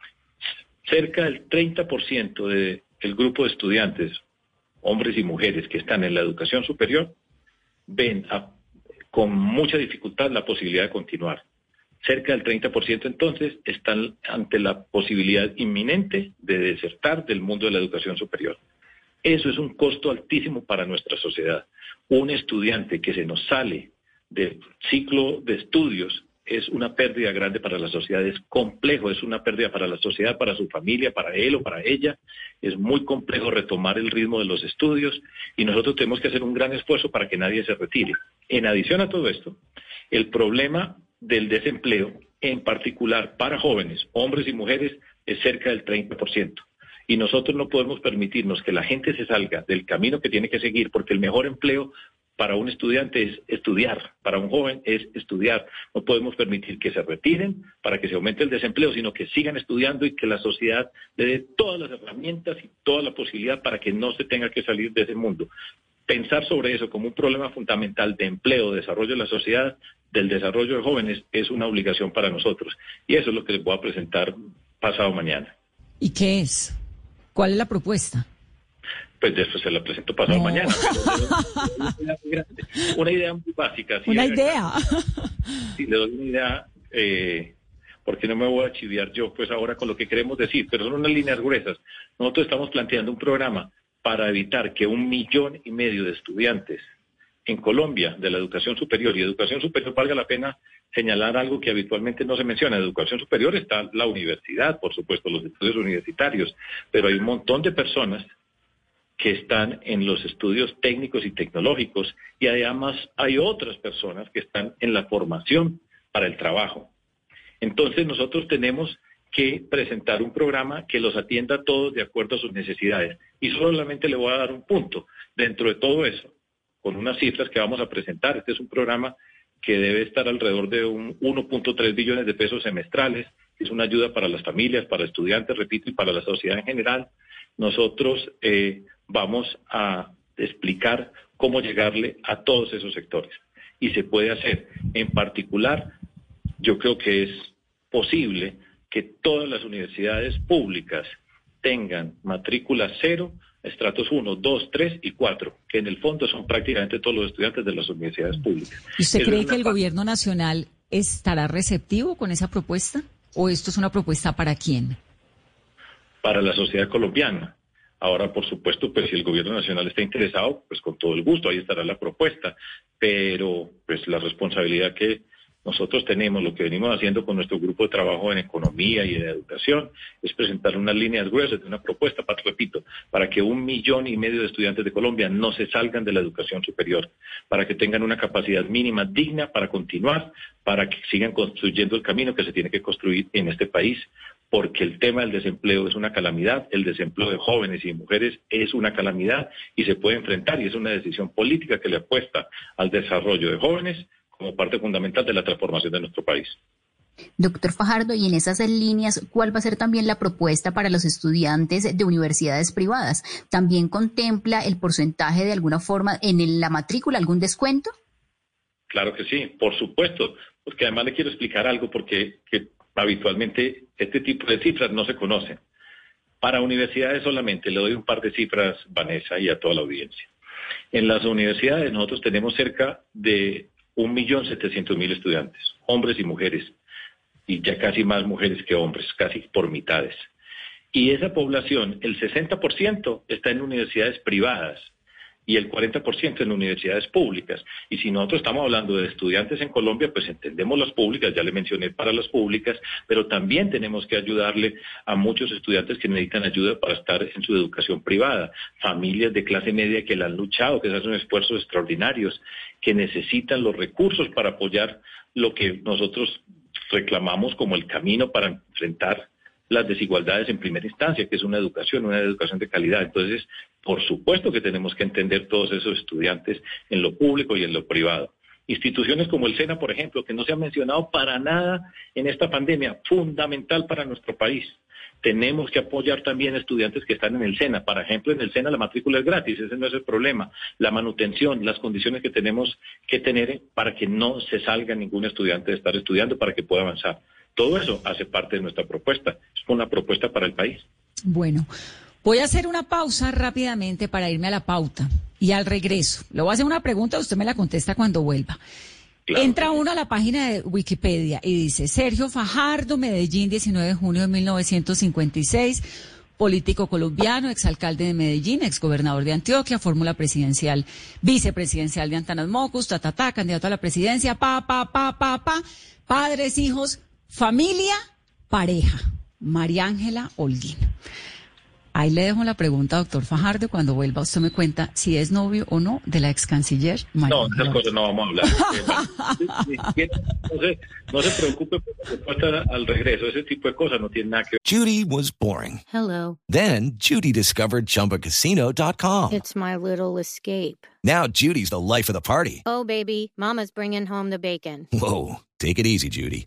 Cerca del treinta por ciento del grupo de estudiantes, hombres y mujeres que están en la educación superior, ven a, con mucha dificultad la posibilidad de continuar. Cerca del treinta por ciento entonces están ante la posibilidad inminente de desertar del mundo de la educación superior. Eso es un costo altísimo para nuestra sociedad. Un estudiante que se nos sale del ciclo de estudios es una pérdida grande para la sociedad, es complejo, es una pérdida para la sociedad, para su familia, para él o para ella. Es muy complejo retomar el ritmo de los estudios y nosotros tenemos que hacer un gran esfuerzo para que nadie se retire. En adición a todo esto, el problema del desempleo, en particular para jóvenes, hombres y mujeres, es cerca del treinta por ciento. Y nosotros no podemos permitirnos que la gente se salga del camino que tiene que seguir, porque el mejor empleo para un estudiante es estudiar, para un joven es estudiar. No podemos permitir que se retiren para que se aumente el desempleo, sino que sigan estudiando y que la sociedad le dé todas las herramientas y toda la posibilidad para que no se tenga que salir de ese mundo. Pensar sobre eso como un problema fundamental de empleo, de desarrollo de la sociedad, del desarrollo de jóvenes, es una obligación para nosotros. Y eso es lo que les voy a presentar pasado mañana. ¿Y qué es? ¿Cuál es la propuesta? Pues después se la presento pasado no. mañana. Pero una, una idea muy básica. Una idea. Sí, le doy una idea, eh, porque no me voy a chiviar yo pues ahora con lo que queremos decir, pero son unas líneas gruesas. Nosotros estamos planteando un programa para evitar que un millón y medio de estudiantes en Colombia de la educación superior, y educación superior valga la pena señalar algo que habitualmente no se menciona. En educación superior está la universidad, por supuesto, los estudios universitarios, pero hay un montón de personas que están en los estudios técnicos y tecnológicos, y además hay otras personas que están en la formación para el trabajo. Entonces nosotros tenemos que presentar un programa que los atienda a todos de acuerdo a sus necesidades. Y solamente le voy a dar un punto dentro de todo eso, con unas cifras que vamos a presentar. Este es un programa que debe estar alrededor de un uno punto tres billones de pesos semestrales. Es una ayuda para las familias, para estudiantes, repito, y para la sociedad en general. Nosotros eh, vamos a explicar cómo llegarle a todos esos sectores. Y se puede hacer. En particular, yo creo que es posible que todas las universidades públicas tengan matrícula cero, estratos uno, dos, tres y cuatro, que en el fondo son prácticamente todos los estudiantes de las universidades públicas. ¿Y usted cree que el gobierno nacional estará receptivo con esa propuesta? ¿O esto es una propuesta para quién? Para la sociedad colombiana. Ahora, por supuesto, pues si el gobierno nacional está interesado, pues con todo el gusto, ahí estará la propuesta. Pero pues la responsabilidad que nosotros tenemos, lo que venimos haciendo con nuestro grupo de trabajo en economía y en educación, es presentar unas líneas gruesas de una propuesta, para, repito, para que un millón y medio de estudiantes de Colombia no se salgan de la educación superior, para que tengan una capacidad mínima digna para continuar, para que sigan construyendo el camino que se tiene que construir en este país, porque el tema del desempleo es una calamidad, el desempleo de jóvenes y mujeres es una calamidad y se puede enfrentar, y es una decisión política que le apuesta al desarrollo de jóvenes como parte fundamental de la transformación de nuestro país. Doctor Fajardo, y en esas líneas, ¿cuál va a ser también la propuesta para los estudiantes de universidades privadas? ¿También contempla el porcentaje de alguna forma en la matrícula, algún descuento? Claro que sí, por supuesto, porque además le quiero explicar algo, porque que habitualmente este tipo de cifras no se conocen. Para universidades solamente, le doy un par de cifras, Vanessa, y a toda la audiencia. En las universidades nosotros tenemos cerca de un millón setecientos mil estudiantes, hombres y mujeres, y ya casi más mujeres que hombres, casi por mitades. Y esa población, el sesenta por ciento está en universidades privadas y el cuarenta por ciento en universidades públicas. Y si nosotros estamos hablando de estudiantes en Colombia, pues entendemos las públicas, ya le mencioné para las públicas, pero también tenemos que ayudarle a muchos estudiantes que necesitan ayuda para estar en su educación privada, familias de clase media que la han luchado, que hacen esfuerzos extraordinarios, que necesitan los recursos para apoyar lo que nosotros reclamamos como el camino para enfrentar las desigualdades en primera instancia, que es una educación, una educación de calidad. Entonces, por supuesto que tenemos que entender todos esos estudiantes en lo público y en lo privado. Instituciones como el SENA, por ejemplo, que no se han mencionado para nada en esta pandemia, fundamental para nuestro país. Tenemos que apoyar también a estudiantes que están en el SENA. Por ejemplo, en el SENA la matrícula es gratis, ese no es el problema. La manutención, las condiciones que tenemos que tener para que no se salga ningún estudiante de estar estudiando, para que pueda avanzar. Todo eso hace parte de nuestra propuesta. Es una propuesta para el país. Bueno, voy a hacer una pausa rápidamente para irme a la pauta y al regreso. Le voy a hacer una pregunta, usted me la contesta cuando vuelva. Claro. Entra uno a la página de Wikipedia y dice: Sergio Fajardo, Medellín, diecinueve de junio de mil novecientos cincuenta y seis, político colombiano, exalcalde de Medellín, exgobernador de Antioquia, fórmula presidencial, vicepresidencial de Antanas Mocus, ta, ta, ta, candidato a la presidencia, pa, pa, pa, pa, pa, padres, hijos, familia, pareja, María Ángela Holguín. Ahí le dejo la pregunta, doctor Fajardo. Cuando vuelva usted me cuenta si es novio o no de la ex canciller María No, Ángela. esas cosas no vamos a hablar. Entonces, no se preocupe por la respuesta al regreso. Ese tipo de cosas no tienen nada que ver. Judy was boring. Hello. Then Judy discovered Chumba Casino dot com. It's my little escape. Now Judy's the life of the party. Oh, baby, mama's bringing home the bacon. Whoa, take it easy, Judy.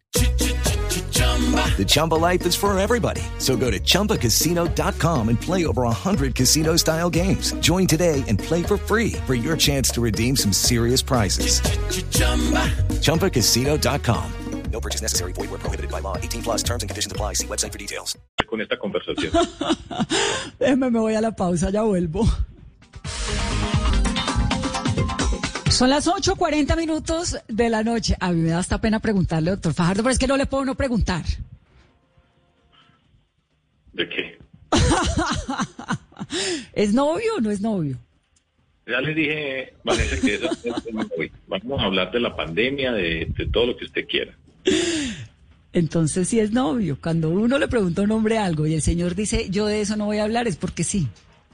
The Chumba life is for everybody. So go to Chumba Casino dot com and play over one hundred casino-style games. Join today and play for free for your chance to redeem some serious prizes. Chumba Casino dot com. No purchase necessary. Void where prohibited by law. eighteen plus terms and conditions apply. See website for details. Con esta conversación. Déjeme, me voy a la pausa, ya vuelvo. Son las ocho cuarenta minutos de la noche. A mí me da hasta pena preguntarle, doctor Fajardo, pero es que no le puedo no preguntar. ¿De qué? ¿Es novio o no es novio? Ya le dije, Vanessa, que eso es el tema hoy. Vamos a hablar de la pandemia, de, de todo lo que usted quiera. Entonces sí es novio. Cuando uno le pregunta a un hombre algo y el señor dice, yo de eso no voy a hablar, es porque sí.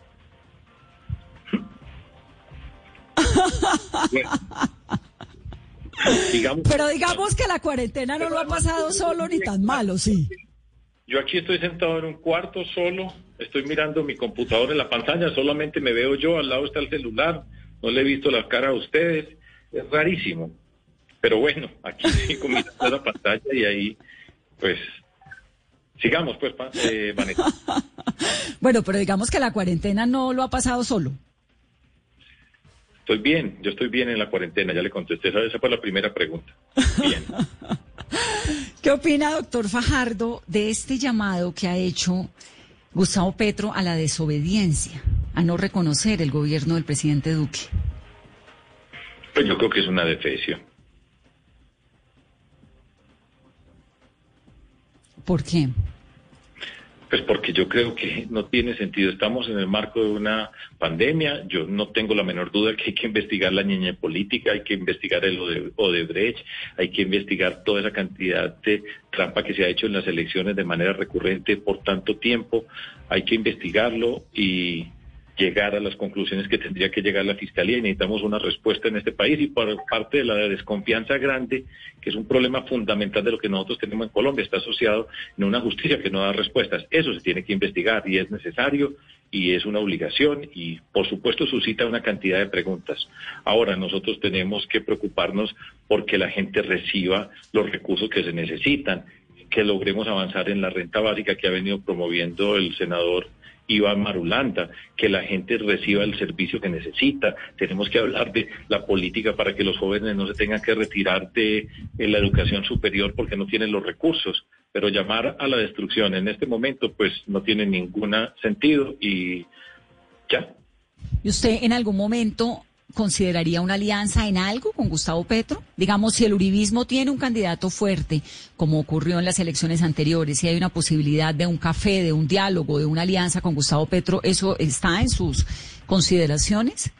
Bueno, digamos, pero digamos que la cuarentena no lo ha pasado solo ni tan malo, sí. Yo aquí estoy sentado en un cuarto solo, estoy mirando mi computador en la pantalla, solamente me veo yo, al lado está el celular, no le he visto la cara a ustedes, es rarísimo. Pero bueno, aquí sigo mirando la pantalla y ahí, pues, sigamos pues, eh, Vanessa. Bueno, pero digamos que la cuarentena no lo ha pasado solo. Estoy bien, yo estoy bien en la cuarentena, ya le contesté, esa fue la primera pregunta. Bien. ¿Qué opina, doctor Fajardo, de este llamado que ha hecho Gustavo Petro a la desobediencia, a no reconocer el gobierno del presidente Duque? Pues yo creo que es una defecio. ¿Por qué? Pues porque yo creo que no tiene sentido. Estamos en el marco de una pandemia. Yo no tengo la menor duda que hay que investigar la ñeñe política, hay que investigar el Odebrecht, hay que investigar toda esa cantidad de trampa que se ha hecho en las elecciones de manera recurrente por tanto tiempo. Hay que investigarlo y llegar a las conclusiones que tendría que llegar la Fiscalía, y necesitamos una respuesta en este país. Y por parte de la desconfianza grande, que es un problema fundamental de lo que nosotros tenemos en Colombia, está asociado en una justicia que no da respuestas. Eso se tiene que investigar y es necesario y es una obligación y por supuesto suscita una cantidad de preguntas. Ahora nosotros tenemos que preocuparnos porque la gente reciba los recursos que se necesitan, que logremos avanzar en la renta básica que ha venido promoviendo el senador Iván Marulanda, que la gente reciba el servicio que necesita. Tenemos que hablar de la política para que los jóvenes no se tengan que retirar de, de la educación superior porque no tienen los recursos. Pero llamar a la destrucción en este momento pues no tiene ningún sentido y ya. ¿Y usted en algún momento consideraría una alianza en algo con Gustavo Petro? Digamos, si el uribismo tiene un candidato fuerte, como ocurrió en las elecciones anteriores, si hay una posibilidad de un café, de un diálogo, de una alianza con Gustavo Petro, ¿eso está en sus consideraciones?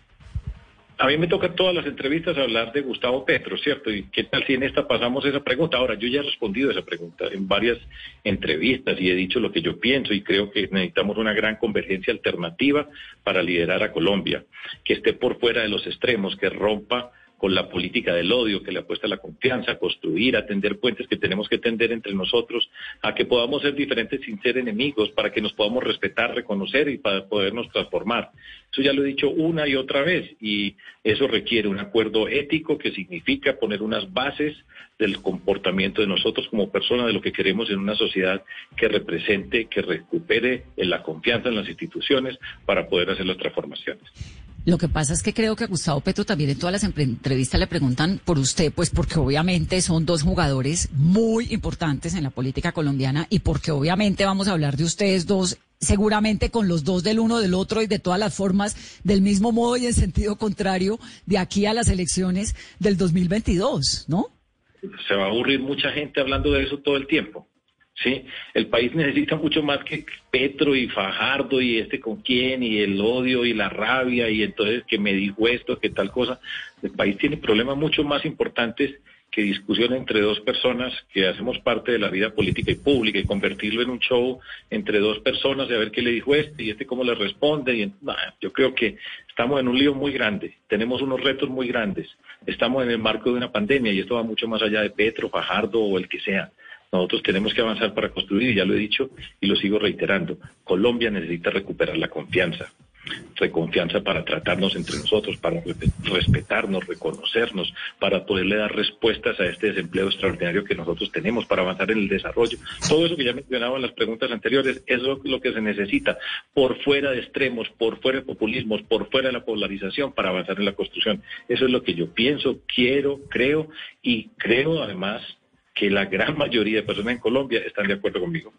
A mí me toca todas las entrevistas hablar de Gustavo Petro, ¿cierto? ¿Y qué tal si en esta pasamos esa pregunta? Ahora, yo ya he respondido esa pregunta en varias entrevistas y he dicho lo que yo pienso y creo que necesitamos una gran convergencia alternativa para liderar a Colombia, que esté por fuera de los extremos, que rompa con la política del odio, que le apuesta a la confianza, a construir, a tender puentes que tenemos que tender entre nosotros, a que podamos ser diferentes sin ser enemigos, para que nos podamos respetar, reconocer y para podernos transformar. Eso ya lo he dicho una y otra vez y eso requiere un acuerdo ético que significa poner unas bases del comportamiento de nosotros como personas, de lo que queremos en una sociedad que represente, que recupere la confianza en las instituciones para poder hacer las transformaciones. Lo que pasa es que creo que a Gustavo Petro también en todas las entrevistas le preguntan por usted, pues porque obviamente son dos jugadores muy importantes en la política colombiana y porque obviamente vamos a hablar de ustedes dos, seguramente con los dos del uno del otro y de todas las formas, del mismo modo y en sentido contrario, de aquí a las elecciones del dos mil veintidós, ¿no? Se va a aburrir mucha gente hablando de eso todo el tiempo. Sí, el país necesita mucho más que Petro y Fajardo y este con quién y el odio y la rabia y entonces que me dijo esto, que tal cosa. El país tiene problemas mucho más importantes que discusión entre dos personas que hacemos parte de la vida política y pública y convertirlo en un show entre dos personas y a ver qué le dijo este y este cómo le responde. Y nah, yo creo que estamos en un lío muy grande, tenemos unos retos muy grandes, estamos en el marco de una pandemia y esto va mucho más allá de Petro, Fajardo o el que sea. Nosotros tenemos que avanzar para construir, y ya lo he dicho y lo sigo reiterando, Colombia necesita recuperar la confianza, reconfianza para tratarnos entre nosotros, para respetarnos, reconocernos, para poderle dar respuestas a este desempleo extraordinario que nosotros tenemos, para avanzar en el desarrollo. Todo eso que ya mencionaba en las preguntas anteriores, eso es lo que se necesita, por fuera de extremos, por fuera de populismos, por fuera de la polarización, para avanzar en la construcción. Eso es lo que yo pienso, quiero, creo, y creo además que la gran mayoría de personas en Colombia están de acuerdo conmigo.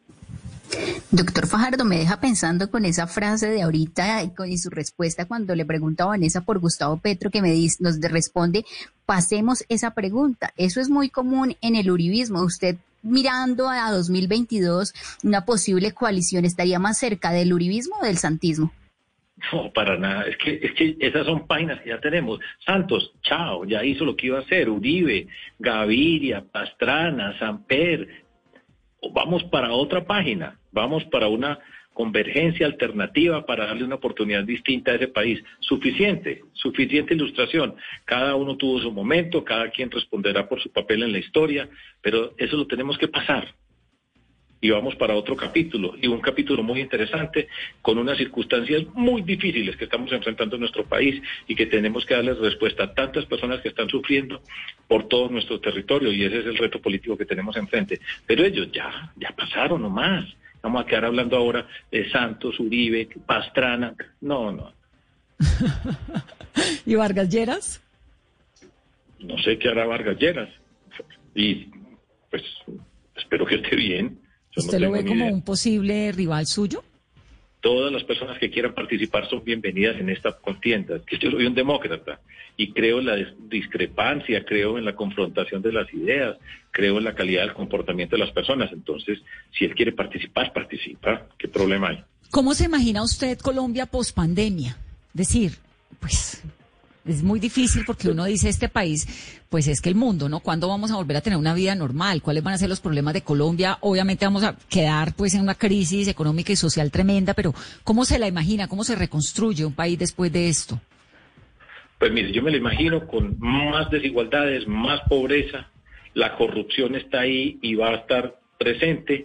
Doctor Fajardo, me deja pensando con esa frase de ahorita y, con, y su respuesta cuando le pregunta a Vanessa por Gustavo Petro, que me dice, nos responde, pasemos esa pregunta. Eso es muy común en el uribismo. Usted, mirando a dos mil veintidós, una posible coalición, ¿estaría más cerca del uribismo o del santismo? No, para nada. Es que, es que esas son páginas que ya tenemos. Santos, chao, ya hizo lo que iba a hacer. Uribe, Gaviria, Pastrana, Samper. Vamos para otra página. Vamos para una convergencia alternativa para darle una oportunidad distinta a ese país. Suficiente, suficiente ilustración. Cada uno tuvo su momento, cada quien responderá por su papel en la historia, pero eso lo tenemos que pasar. Y vamos para otro capítulo, y un capítulo muy interesante, con unas circunstancias muy difíciles que estamos enfrentando en nuestro país y que tenemos que darles respuesta a tantas personas que están sufriendo por todo nuestro territorio, y ese es el reto político que tenemos enfrente. Pero ellos ya, ya pasaron nomás. Vamos a quedar hablando ahora de Santos, Uribe, Pastrana. No, no. ¿Y Vargas Lleras? No sé qué hará Vargas Lleras. Y pues espero que esté bien. ¿Usted lo ve como un posible rival suyo? Todas las personas que quieran participar son bienvenidas en esta contienda. Que yo soy un demócrata y creo en la discrepancia, creo en la confrontación de las ideas, creo en la calidad del comportamiento de las personas. Entonces, si él quiere participar, participa. ¿Qué problema hay? ¿Cómo se imagina usted Colombia pospandemia? Decir, pues es muy difícil porque uno dice este país, pues es que el mundo, ¿no? ¿Cuándo vamos a volver a tener una vida normal? ¿Cuáles van a ser los problemas de Colombia? Obviamente vamos a quedar pues en una crisis económica y social tremenda, pero ¿cómo se la imagina? ¿Cómo se reconstruye un país después de esto? Pues mire, yo me lo imagino con más desigualdades, más pobreza, la corrupción está ahí y va a estar presente,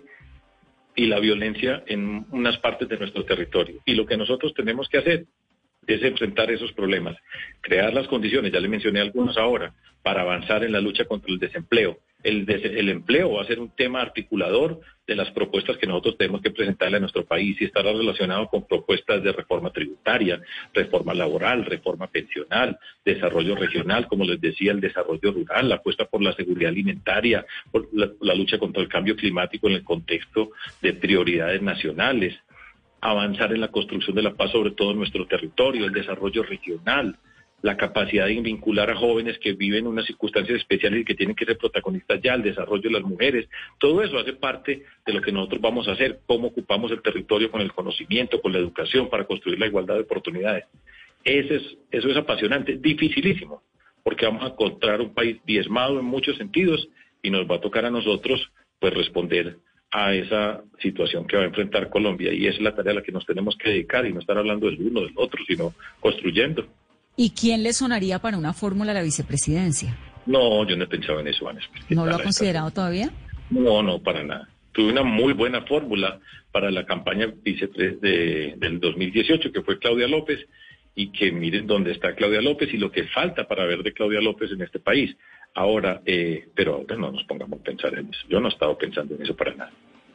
y la violencia en unas partes de nuestro territorio. Y lo que nosotros tenemos que hacer es enfrentar esos problemas, crear las condiciones, ya le mencioné algunas ahora, para avanzar en la lucha contra el desempleo. El, des el empleo va a ser un tema articulador de las propuestas que nosotros tenemos que presentarle a nuestro país y estará relacionado con propuestas de reforma tributaria, reforma laboral, reforma pensional, desarrollo regional, como les decía, el desarrollo rural, la apuesta por la seguridad alimentaria, por la, la lucha contra el cambio climático en el contexto de prioridades nacionales, avanzar en la construcción de la paz sobre todo en nuestro territorio, el desarrollo regional, la capacidad de vincular a jóvenes que viven unas circunstancias especiales y que tienen que ser protagonistas ya, el desarrollo de las mujeres. Todo eso hace parte de lo que nosotros vamos a hacer, cómo ocupamos el territorio con el conocimiento, con la educación, para construir la igualdad de oportunidades. Ese es, eso es apasionante, dificilísimo, porque vamos a encontrar un país diezmado en muchos sentidos y nos va a tocar a nosotros pues responder a esa situación que va a enfrentar Colombia, y esa es la tarea a la que nos tenemos que dedicar y no estar hablando del uno del otro, sino construyendo. ¿Y quién le sonaría para una fórmula a la vicepresidencia? No, yo no he pensado en eso, Vanessa. ¿No lo ha considerado todavía? No, no, para nada. Tuve una muy buena fórmula para la campaña vicepres de, del dos mil dieciocho, que fue Claudia López, y que miren dónde está Claudia López y lo que falta para ver de Claudia López en este país. Ahora, eh, pero ahora no nos pongamos a pensar en eso. Yo no he estado pensando en eso para nada.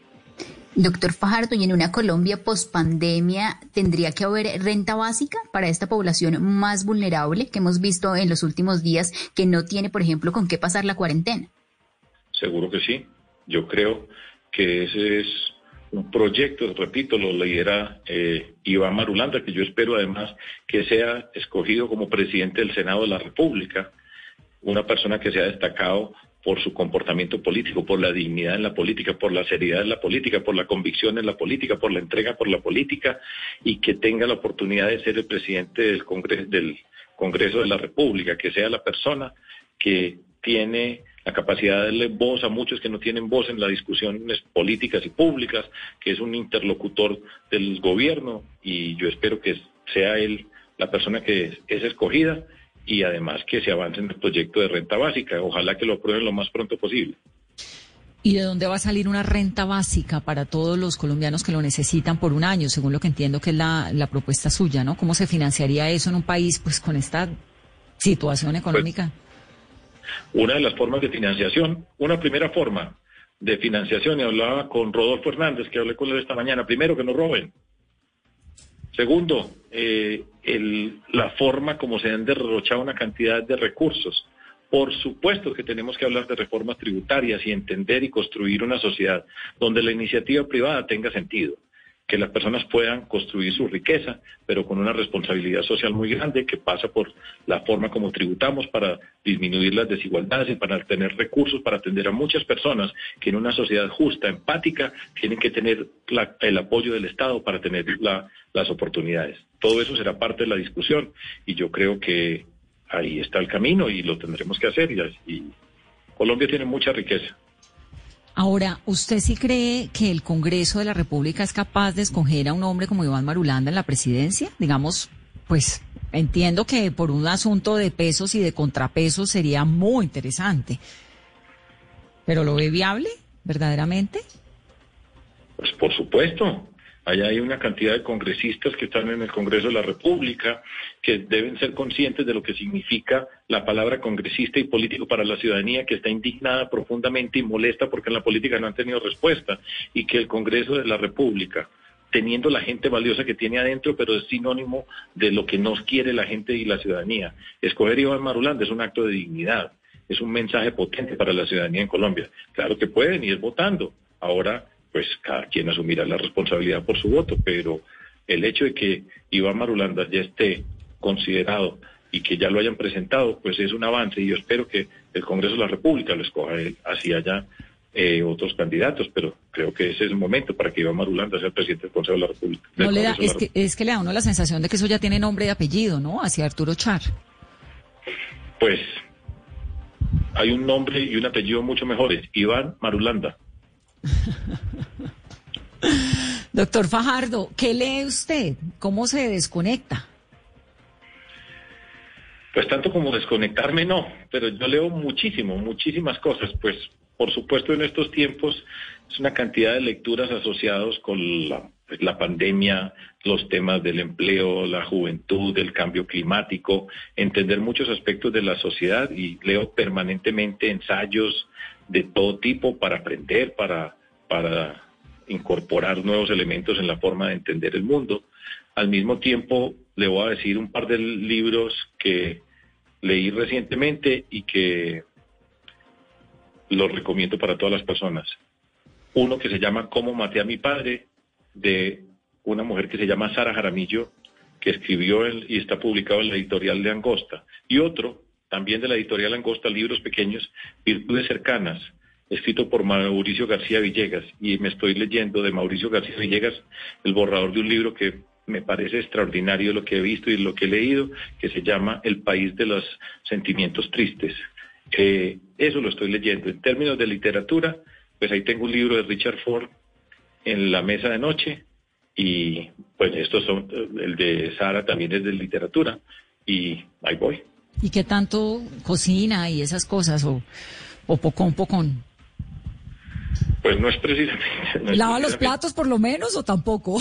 Doctor Fajardo, y en una Colombia pospandemia, ¿tendría que haber renta básica para esta población más vulnerable que hemos visto en los últimos días, que no tiene, por ejemplo, con qué pasar la cuarentena? Seguro que sí. Yo creo que ese es un proyecto, repito, lo lidera eh, Iván Marulanda, que yo espero además que sea escogido como presidente del Senado de la República, una persona que se ha destacado por su comportamiento político, por la dignidad en la política, por la seriedad en la política, por la convicción en la política, por la entrega por la política, y que tenga la oportunidad de ser el presidente del Congreso, del Congreso de la República, que sea la persona que tiene la capacidad de darle voz a muchos que no tienen voz en las discusiones políticas y públicas, que es un interlocutor del gobierno, y yo espero que sea él la persona que es, es escogida, y además que se avance en el proyecto de renta básica. Ojalá que lo aprueben lo más pronto posible. ¿Y de dónde va a salir una renta básica para todos los colombianos que lo necesitan por un año, según lo que entiendo que es la, la propuesta suya, ¿no? ¿Cómo se financiaría eso en un país pues con esta situación económica? Pues, una de las formas de financiación, una primera forma de financiación, y hablaba con Rodolfo Hernández, que hablé con él esta mañana, primero, que no roben. Segundo, eh, el, la forma como se han derrochado una cantidad de recursos. Por supuesto que tenemos que hablar de reformas tributarias y entender y construir una sociedad donde la iniciativa privada tenga sentido, que las personas puedan construir su riqueza, pero con una responsabilidad social muy grande que pasa por la forma como tributamos para disminuir las desigualdades y para tener recursos para atender a muchas personas que en una sociedad justa, empática, tienen que tener la, el apoyo del Estado para tener la, las oportunidades. Todo eso será parte de la discusión y yo creo que ahí está el camino y lo tendremos que hacer, y, y Colombia tiene mucha riqueza. Ahora, ¿usted sí cree que el Congreso de la República es capaz de escoger a un hombre como Iván Marulanda en la presidencia? Digamos, pues entiendo que por un asunto de pesos y de contrapesos sería muy interesante, pero ¿lo ve viable verdaderamente? Pues por supuesto. Allá hay una cantidad de congresistas que están en el Congreso de la República que deben ser conscientes de lo que significa la palabra congresista y político para la ciudadanía, que está indignada profundamente y molesta porque en la política no han tenido respuesta, y que el Congreso de la República, teniendo la gente valiosa que tiene adentro, pero es sinónimo de lo que nos quiere la gente y la ciudadanía. Escoger a Iván Marulanda es un acto de dignidad, es un mensaje potente para la ciudadanía en Colombia. Claro que pueden ir votando. Ahora, pues cada quien asumirá la responsabilidad por su voto, pero el hecho de que Iván Marulanda ya esté considerado y que ya lo hayan presentado, pues es un avance, y yo espero que el Congreso de la República lo escoja él, así haya eh, otros candidatos, pero creo que ese es el momento para que Iván Marulanda sea el presidente del Consejo de la República. No le da, es, que, es que le da a uno la sensación de que eso ya tiene nombre y apellido, ¿no? Hacia Arturo Char. Pues hay un nombre y un apellido mucho mejores, Iván Marulanda. Doctor Fajardo, ¿qué lee usted? ¿Cómo se desconecta? Pues tanto como desconectarme no, pero yo leo muchísimo, muchísimas cosas. Pues por supuesto en estos tiempos es una cantidad de lecturas asociados con la, pues, la pandemia, los temas del empleo, la juventud, el cambio climático, entender muchos aspectos de la sociedad, y leo permanentemente ensayos de todo tipo para aprender, para, para incorporar nuevos elementos en la forma de entender el mundo. Al mismo tiempo, le voy a decir un par de libros que leí recientemente y que los recomiendo para todas las personas. Uno que se llama Cómo maté a mi padre, de una mujer que se llama Sara Jaramillo, que escribió el, y está publicado en la editorial de Angosta. Y otro, también de la editorial Angosta, libros pequeños, Virtudes cercanas, escrito por Mauricio García Villegas. Y me estoy leyendo de Mauricio García Villegas el borrador de un libro que me parece extraordinario lo que he visto y lo que he leído, que se llama El país de los sentimientos tristes. Eh, eso lo estoy leyendo. En términos de literatura, pues ahí tengo un libro de Richard Ford en la mesa de noche, y pues estos son, el de Sara también es de literatura, y ahí voy. ¿Y qué tanto cocina y esas cosas, o, o pocón, pocón? Pues no es precisamente... No es ¿Lava precisamente, los platos por lo menos o tampoco?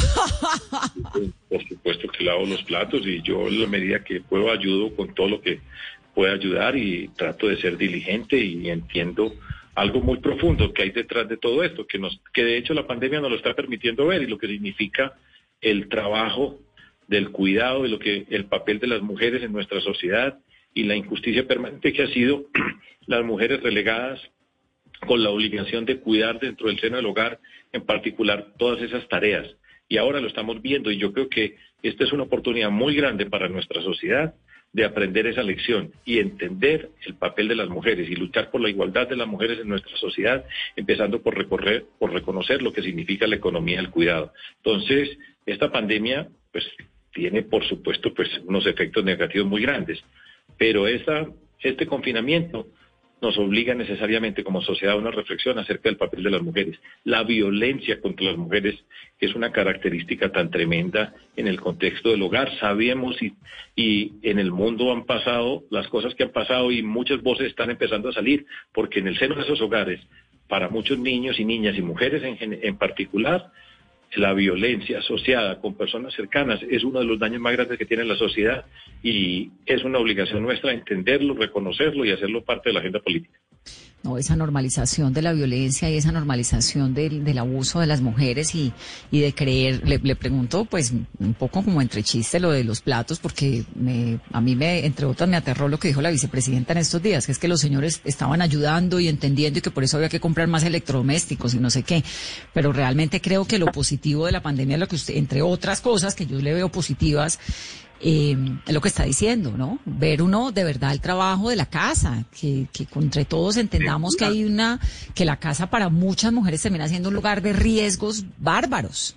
Por supuesto que lavo los platos, y yo en la medida que puedo ayudo con todo lo que pueda ayudar, y trato de ser diligente, y entiendo algo muy profundo que hay detrás de todo esto, que nos, que de hecho la pandemia nos lo está permitiendo ver, y lo que significa el trabajo del cuidado, y lo que el papel de las mujeres en nuestra sociedad, y la injusticia permanente que ha sido las mujeres relegadas con la obligación de cuidar dentro del seno del hogar, en particular todas esas tareas. Y ahora lo estamos viendo, y yo creo que esta es una oportunidad muy grande para nuestra sociedad de aprender esa lección y entender el papel de las mujeres y luchar por la igualdad de las mujeres en nuestra sociedad, empezando por recorrer, por reconocer lo que significa la economía del cuidado. Entonces, esta pandemia, pues, tiene, por supuesto, pues, unos efectos negativos muy grandes, pero esta, este confinamiento nos obliga necesariamente como sociedad a una reflexión acerca del papel de las mujeres. La violencia contra las mujeres, que es una característica tan tremenda en el contexto del hogar. Sabemos y, y en el mundo han pasado las cosas que han pasado, y muchas voces están empezando a salir, porque en el seno de esos hogares, para muchos niños y niñas y mujeres en, en particular, la violencia asociada con personas cercanas es uno de los daños más grandes que tiene la sociedad, y es una obligación nuestra entenderlo, reconocerlo y hacerlo parte de la agenda política. No, esa normalización de la violencia y esa normalización del, del abuso de las mujeres, y, y de creer, le, le pregunto pues un poco como entre chiste lo de los platos, porque me, a mí me, entre otras, me aterró lo que dijo la vicepresidenta en estos días, que es que los señores estaban ayudando y entendiendo, y que por eso había que comprar más electrodomésticos y no sé qué. Pero realmente creo que lo positivo de la pandemia es lo que usted, entre otras cosas que yo le veo positivas, Eh, es lo que está diciendo, ¿no? Ver uno de verdad el trabajo de la casa, que, que entre todos entendamos que hay una, que la casa para muchas mujeres termina siendo un lugar de riesgos bárbaros.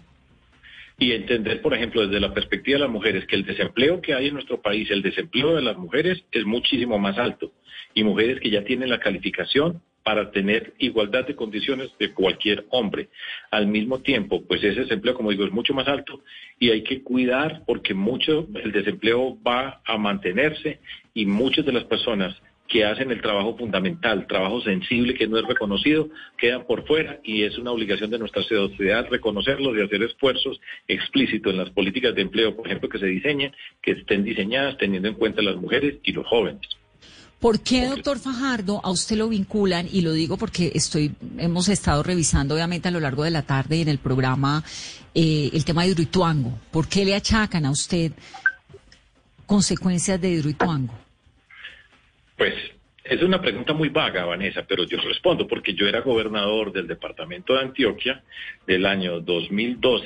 Y entender, por ejemplo, desde la perspectiva de las mujeres, que el desempleo que hay en nuestro país, el desempleo de las mujeres es muchísimo más alto, y mujeres que ya tienen la calificación para tener igualdad de condiciones de cualquier hombre. Al mismo tiempo, pues ese desempleo, como digo, es mucho más alto, y hay que cuidar, porque mucho el desempleo va a mantenerse, y muchas de las personas que hacen el trabajo fundamental, trabajo sensible que no es reconocido, quedan por fuera, y es una obligación de nuestra sociedad reconocerlos y hacer esfuerzos explícitos en las políticas de empleo, por ejemplo, que se diseñen, que estén diseñadas teniendo en cuenta las mujeres y los jóvenes. ¿Por qué, doctor Fajardo, a usted lo vinculan? Y lo digo porque estoy, hemos estado revisando obviamente a lo largo de la tarde y en el programa eh, el tema de Hidroituango. ¿Por qué le achacan a usted consecuencias de Hidroituango? Pues es una pregunta muy vaga, Vanessa, pero yo respondo porque yo era gobernador del departamento de Antioquia del año dos mil doce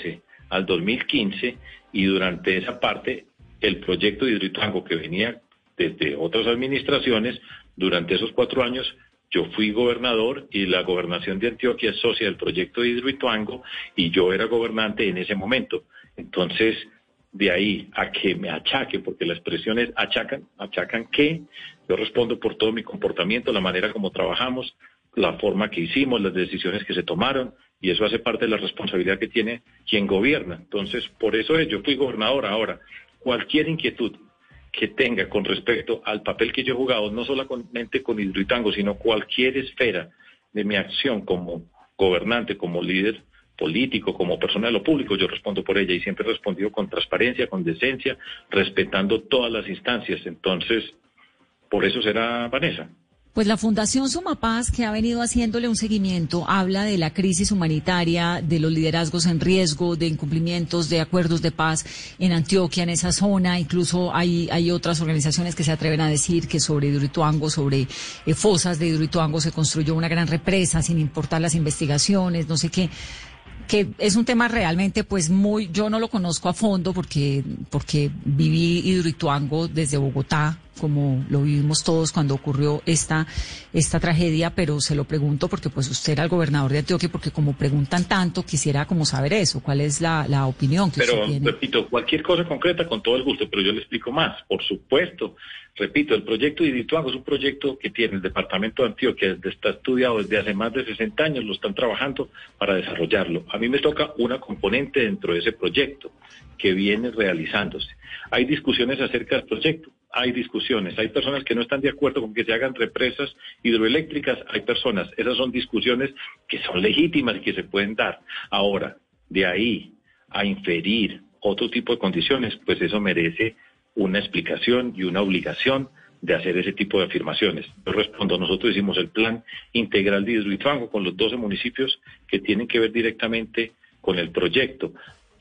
al dos mil quince, y durante esa parte el proyecto de Hidroituango, que venía desde otras administraciones, durante esos cuatro años yo fui gobernador y la gobernación de Antioquia es socia del proyecto de Hidroituango y yo era gobernante en ese momento. Entonces, de ahí a que me achaque, porque la expresión es achacan, achacan que yo respondo por todo mi comportamiento, la manera como trabajamos, la forma que hicimos, las decisiones que se tomaron, y eso hace parte de la responsabilidad que tiene quien gobierna. Entonces, por eso es, yo fui gobernador. Ahora, cualquier inquietud que tenga con respecto al papel que yo he jugado, no solamente con Hidroituango, sino cualquier esfera de mi acción como gobernante, como líder político, como persona de lo público, yo respondo por ella y siempre he respondido con transparencia, con decencia, respetando todas las instancias. Entonces, por eso será Vanessa. Pues la Fundación Sumapaz, que ha venido haciéndole un seguimiento, habla de la crisis humanitaria, de los liderazgos en riesgo, de incumplimientos de acuerdos de paz en Antioquia, en esa zona. Incluso hay, hay otras organizaciones que se atreven a decir que sobre Hidroituango, sobre eh, fosas de Hidroituango se construyó una gran represa sin importar las investigaciones, no sé qué. Que es un tema realmente, pues, muy, yo no lo conozco a fondo porque, porque viví Hidroituango desde Bogotá, como lo vivimos todos cuando ocurrió esta, esta tragedia, pero se lo pregunto porque, pues, usted era el gobernador de Antioquia, porque como preguntan tanto, quisiera como saber eso, cuál es la, la opinión que pero, usted tiene. Pero, repito, cualquier cosa concreta con todo el gusto, pero yo le explico más, por supuesto. Repito, el proyecto de Hidroituango es un proyecto que tiene el departamento de Antioquia, está estudiado desde hace más de sesenta años, lo están trabajando para desarrollarlo. A mí me toca una componente dentro de ese proyecto que viene realizándose. Hay discusiones acerca del proyecto, hay discusiones, hay personas que no están de acuerdo con que se hagan represas hidroeléctricas, hay personas, esas son discusiones que son legítimas y que se pueden dar. Ahora, de ahí a inferir otro tipo de condiciones, pues eso merece una explicación y una obligación de hacer ese tipo de afirmaciones. Yo respondo, nosotros hicimos el plan integral de Hidroituango con los doce municipios que tienen que ver directamente con el proyecto.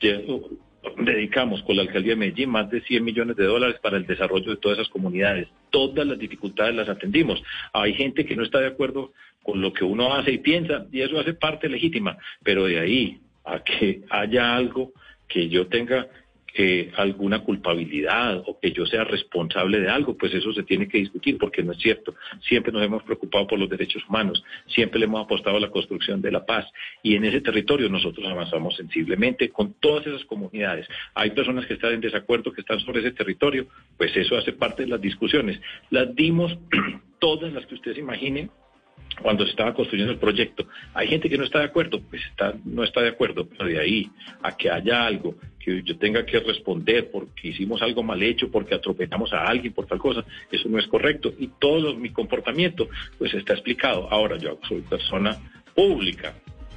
Dedicamos con la alcaldía de Medellín más de cien millones de dólares para el desarrollo de todas esas comunidades. Todas las dificultades las atendimos. Hay gente que no está de acuerdo con lo que uno hace y piensa, y eso hace parte legítima, pero de ahí a que haya algo que yo tenga Eh, alguna culpabilidad o que yo sea responsable de algo, pues eso se tiene que discutir porque no es cierto. Siempre nos hemos preocupado por los derechos humanos, siempre le hemos apostado a la construcción de la paz y en ese territorio nosotros avanzamos sensiblemente con todas esas comunidades. Hay personas que están en desacuerdo, que están sobre ese territorio, pues eso hace parte de las discusiones. Las dimos todas las que ustedes imaginen cuando se estaba construyendo el proyecto. Hay gente que no está de acuerdo, pues está, no está de acuerdo, pero de ahí a que haya algo que yo tenga que responder porque hicimos algo mal hecho, porque atropellamos a alguien por tal cosa, eso no es correcto. Y todo lo, mi comportamiento, pues está explicado. Ahora yo soy persona pública,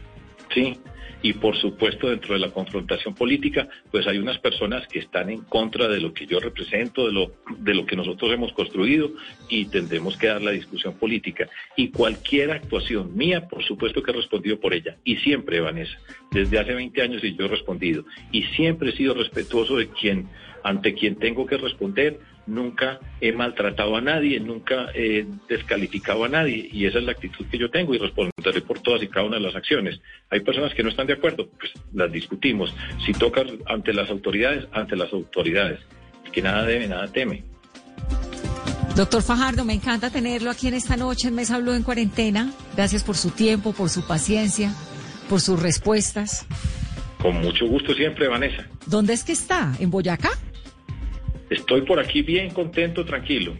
¿sí? Y por supuesto dentro de la confrontación política, pues hay unas personas que están en contra de lo que yo represento, de lo, de lo que nosotros hemos construido y tendremos que dar la discusión política. Y cualquier actuación mía, por supuesto que he respondido por ella. Y siempre, Vanessa, desde hace veinte años y yo he respondido. Y siempre he sido respetuoso de quien, ante quien tengo que responder. Nunca he maltratado a nadie, nunca he descalificado a nadie y esa es la actitud que yo tengo y responderé por todas y cada una de las acciones. Hay personas que no están de acuerdo, pues las discutimos. Si toca ante las autoridades, ante las autoridades. Que nada debe, nada teme. Doctor Fajardo, me encanta tenerlo aquí en esta noche en Mesa Blue en Cuarentena. Gracias por su tiempo, por su paciencia, por sus respuestas. Con mucho gusto siempre, Vanessa. ¿Dónde es que está? ¿En Boyacá? Estoy por aquí bien contento, tranquilo.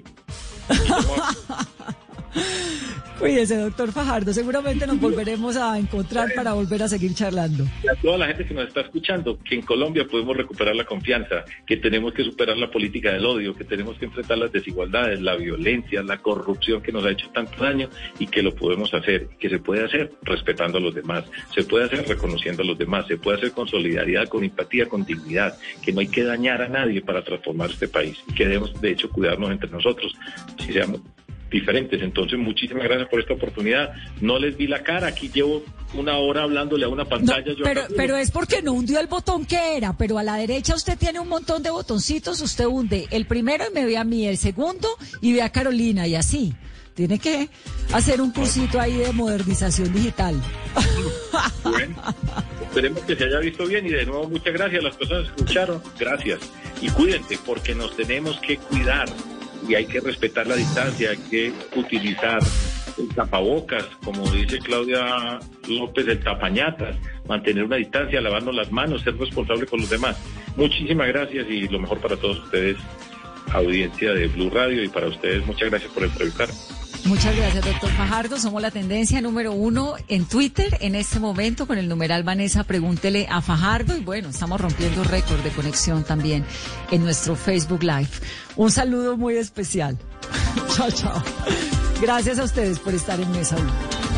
Cuídese, doctor Fajardo. Seguramente nos volveremos a encontrar para volver a seguir charlando. A toda la gente que nos está escuchando, que en Colombia podemos recuperar la confianza, que tenemos que superar la política del odio, que tenemos que enfrentar las desigualdades, la violencia, la corrupción que nos ha hecho tanto daño y que lo podemos hacer, que se puede hacer respetando a los demás, se puede hacer reconociendo a los demás, se puede hacer con solidaridad, con empatía, con dignidad, que no hay que dañar a nadie para transformar este país y que debemos de hecho cuidarnos entre nosotros, si seamos diferentes. Entonces, muchísimas gracias por esta oportunidad. No les vi la cara, aquí llevo una hora hablándole a una pantalla. No, yo pero, acá... pero es porque no hundió el botón que era, pero a la derecha usted tiene un montón de botoncitos, usted hunde el primero y me ve a mí, el segundo y ve a Carolina y así. Tiene que hacer un cursito ahí de modernización digital. Bueno. Esperemos que se haya visto bien y de nuevo muchas gracias a las personas que escucharon. Gracias. Y cuídense porque nos tenemos que cuidar y hay que respetar la distancia, hay que utilizar el tapabocas, como dice Claudia López, el tapañatas, mantener una distancia, lavarnos las manos, ser responsable con los demás. Muchísimas gracias y lo mejor para todos ustedes, audiencia de Blue Radio, y para ustedes muchas gracias por entrevistarme. Muchas gracias, doctor Fajardo. Somos la tendencia número uno en Twitter en este momento con el numeral Vanessa Pregúntele a Fajardo. Y bueno, estamos rompiendo récord de conexión también en nuestro Facebook Live. Un saludo muy especial. Chao, chao. Gracias a ustedes por estar en Mesa Blue.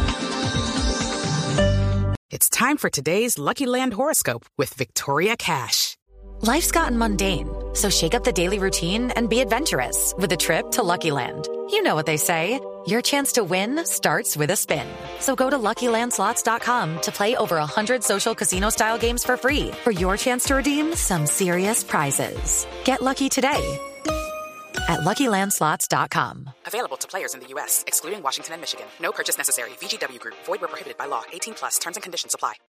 It's time for today's Lucky Land horoscope with Victoria Cash. Life's gotten mundane, so shake up the daily routine and be adventurous with a trip to Lucky Land. You know what they say, your chance to win starts with a spin. So go to Lucky Land Slots dot com to play over one hundred social casino-style games for free for your chance to redeem some serious prizes. Get lucky today at Lucky Land Slots dot com. Available to players in the U S, excluding Washington and Michigan. No purchase necessary. V G W Group. Void where prohibited by law. eighteen plus. Terms and conditions apply.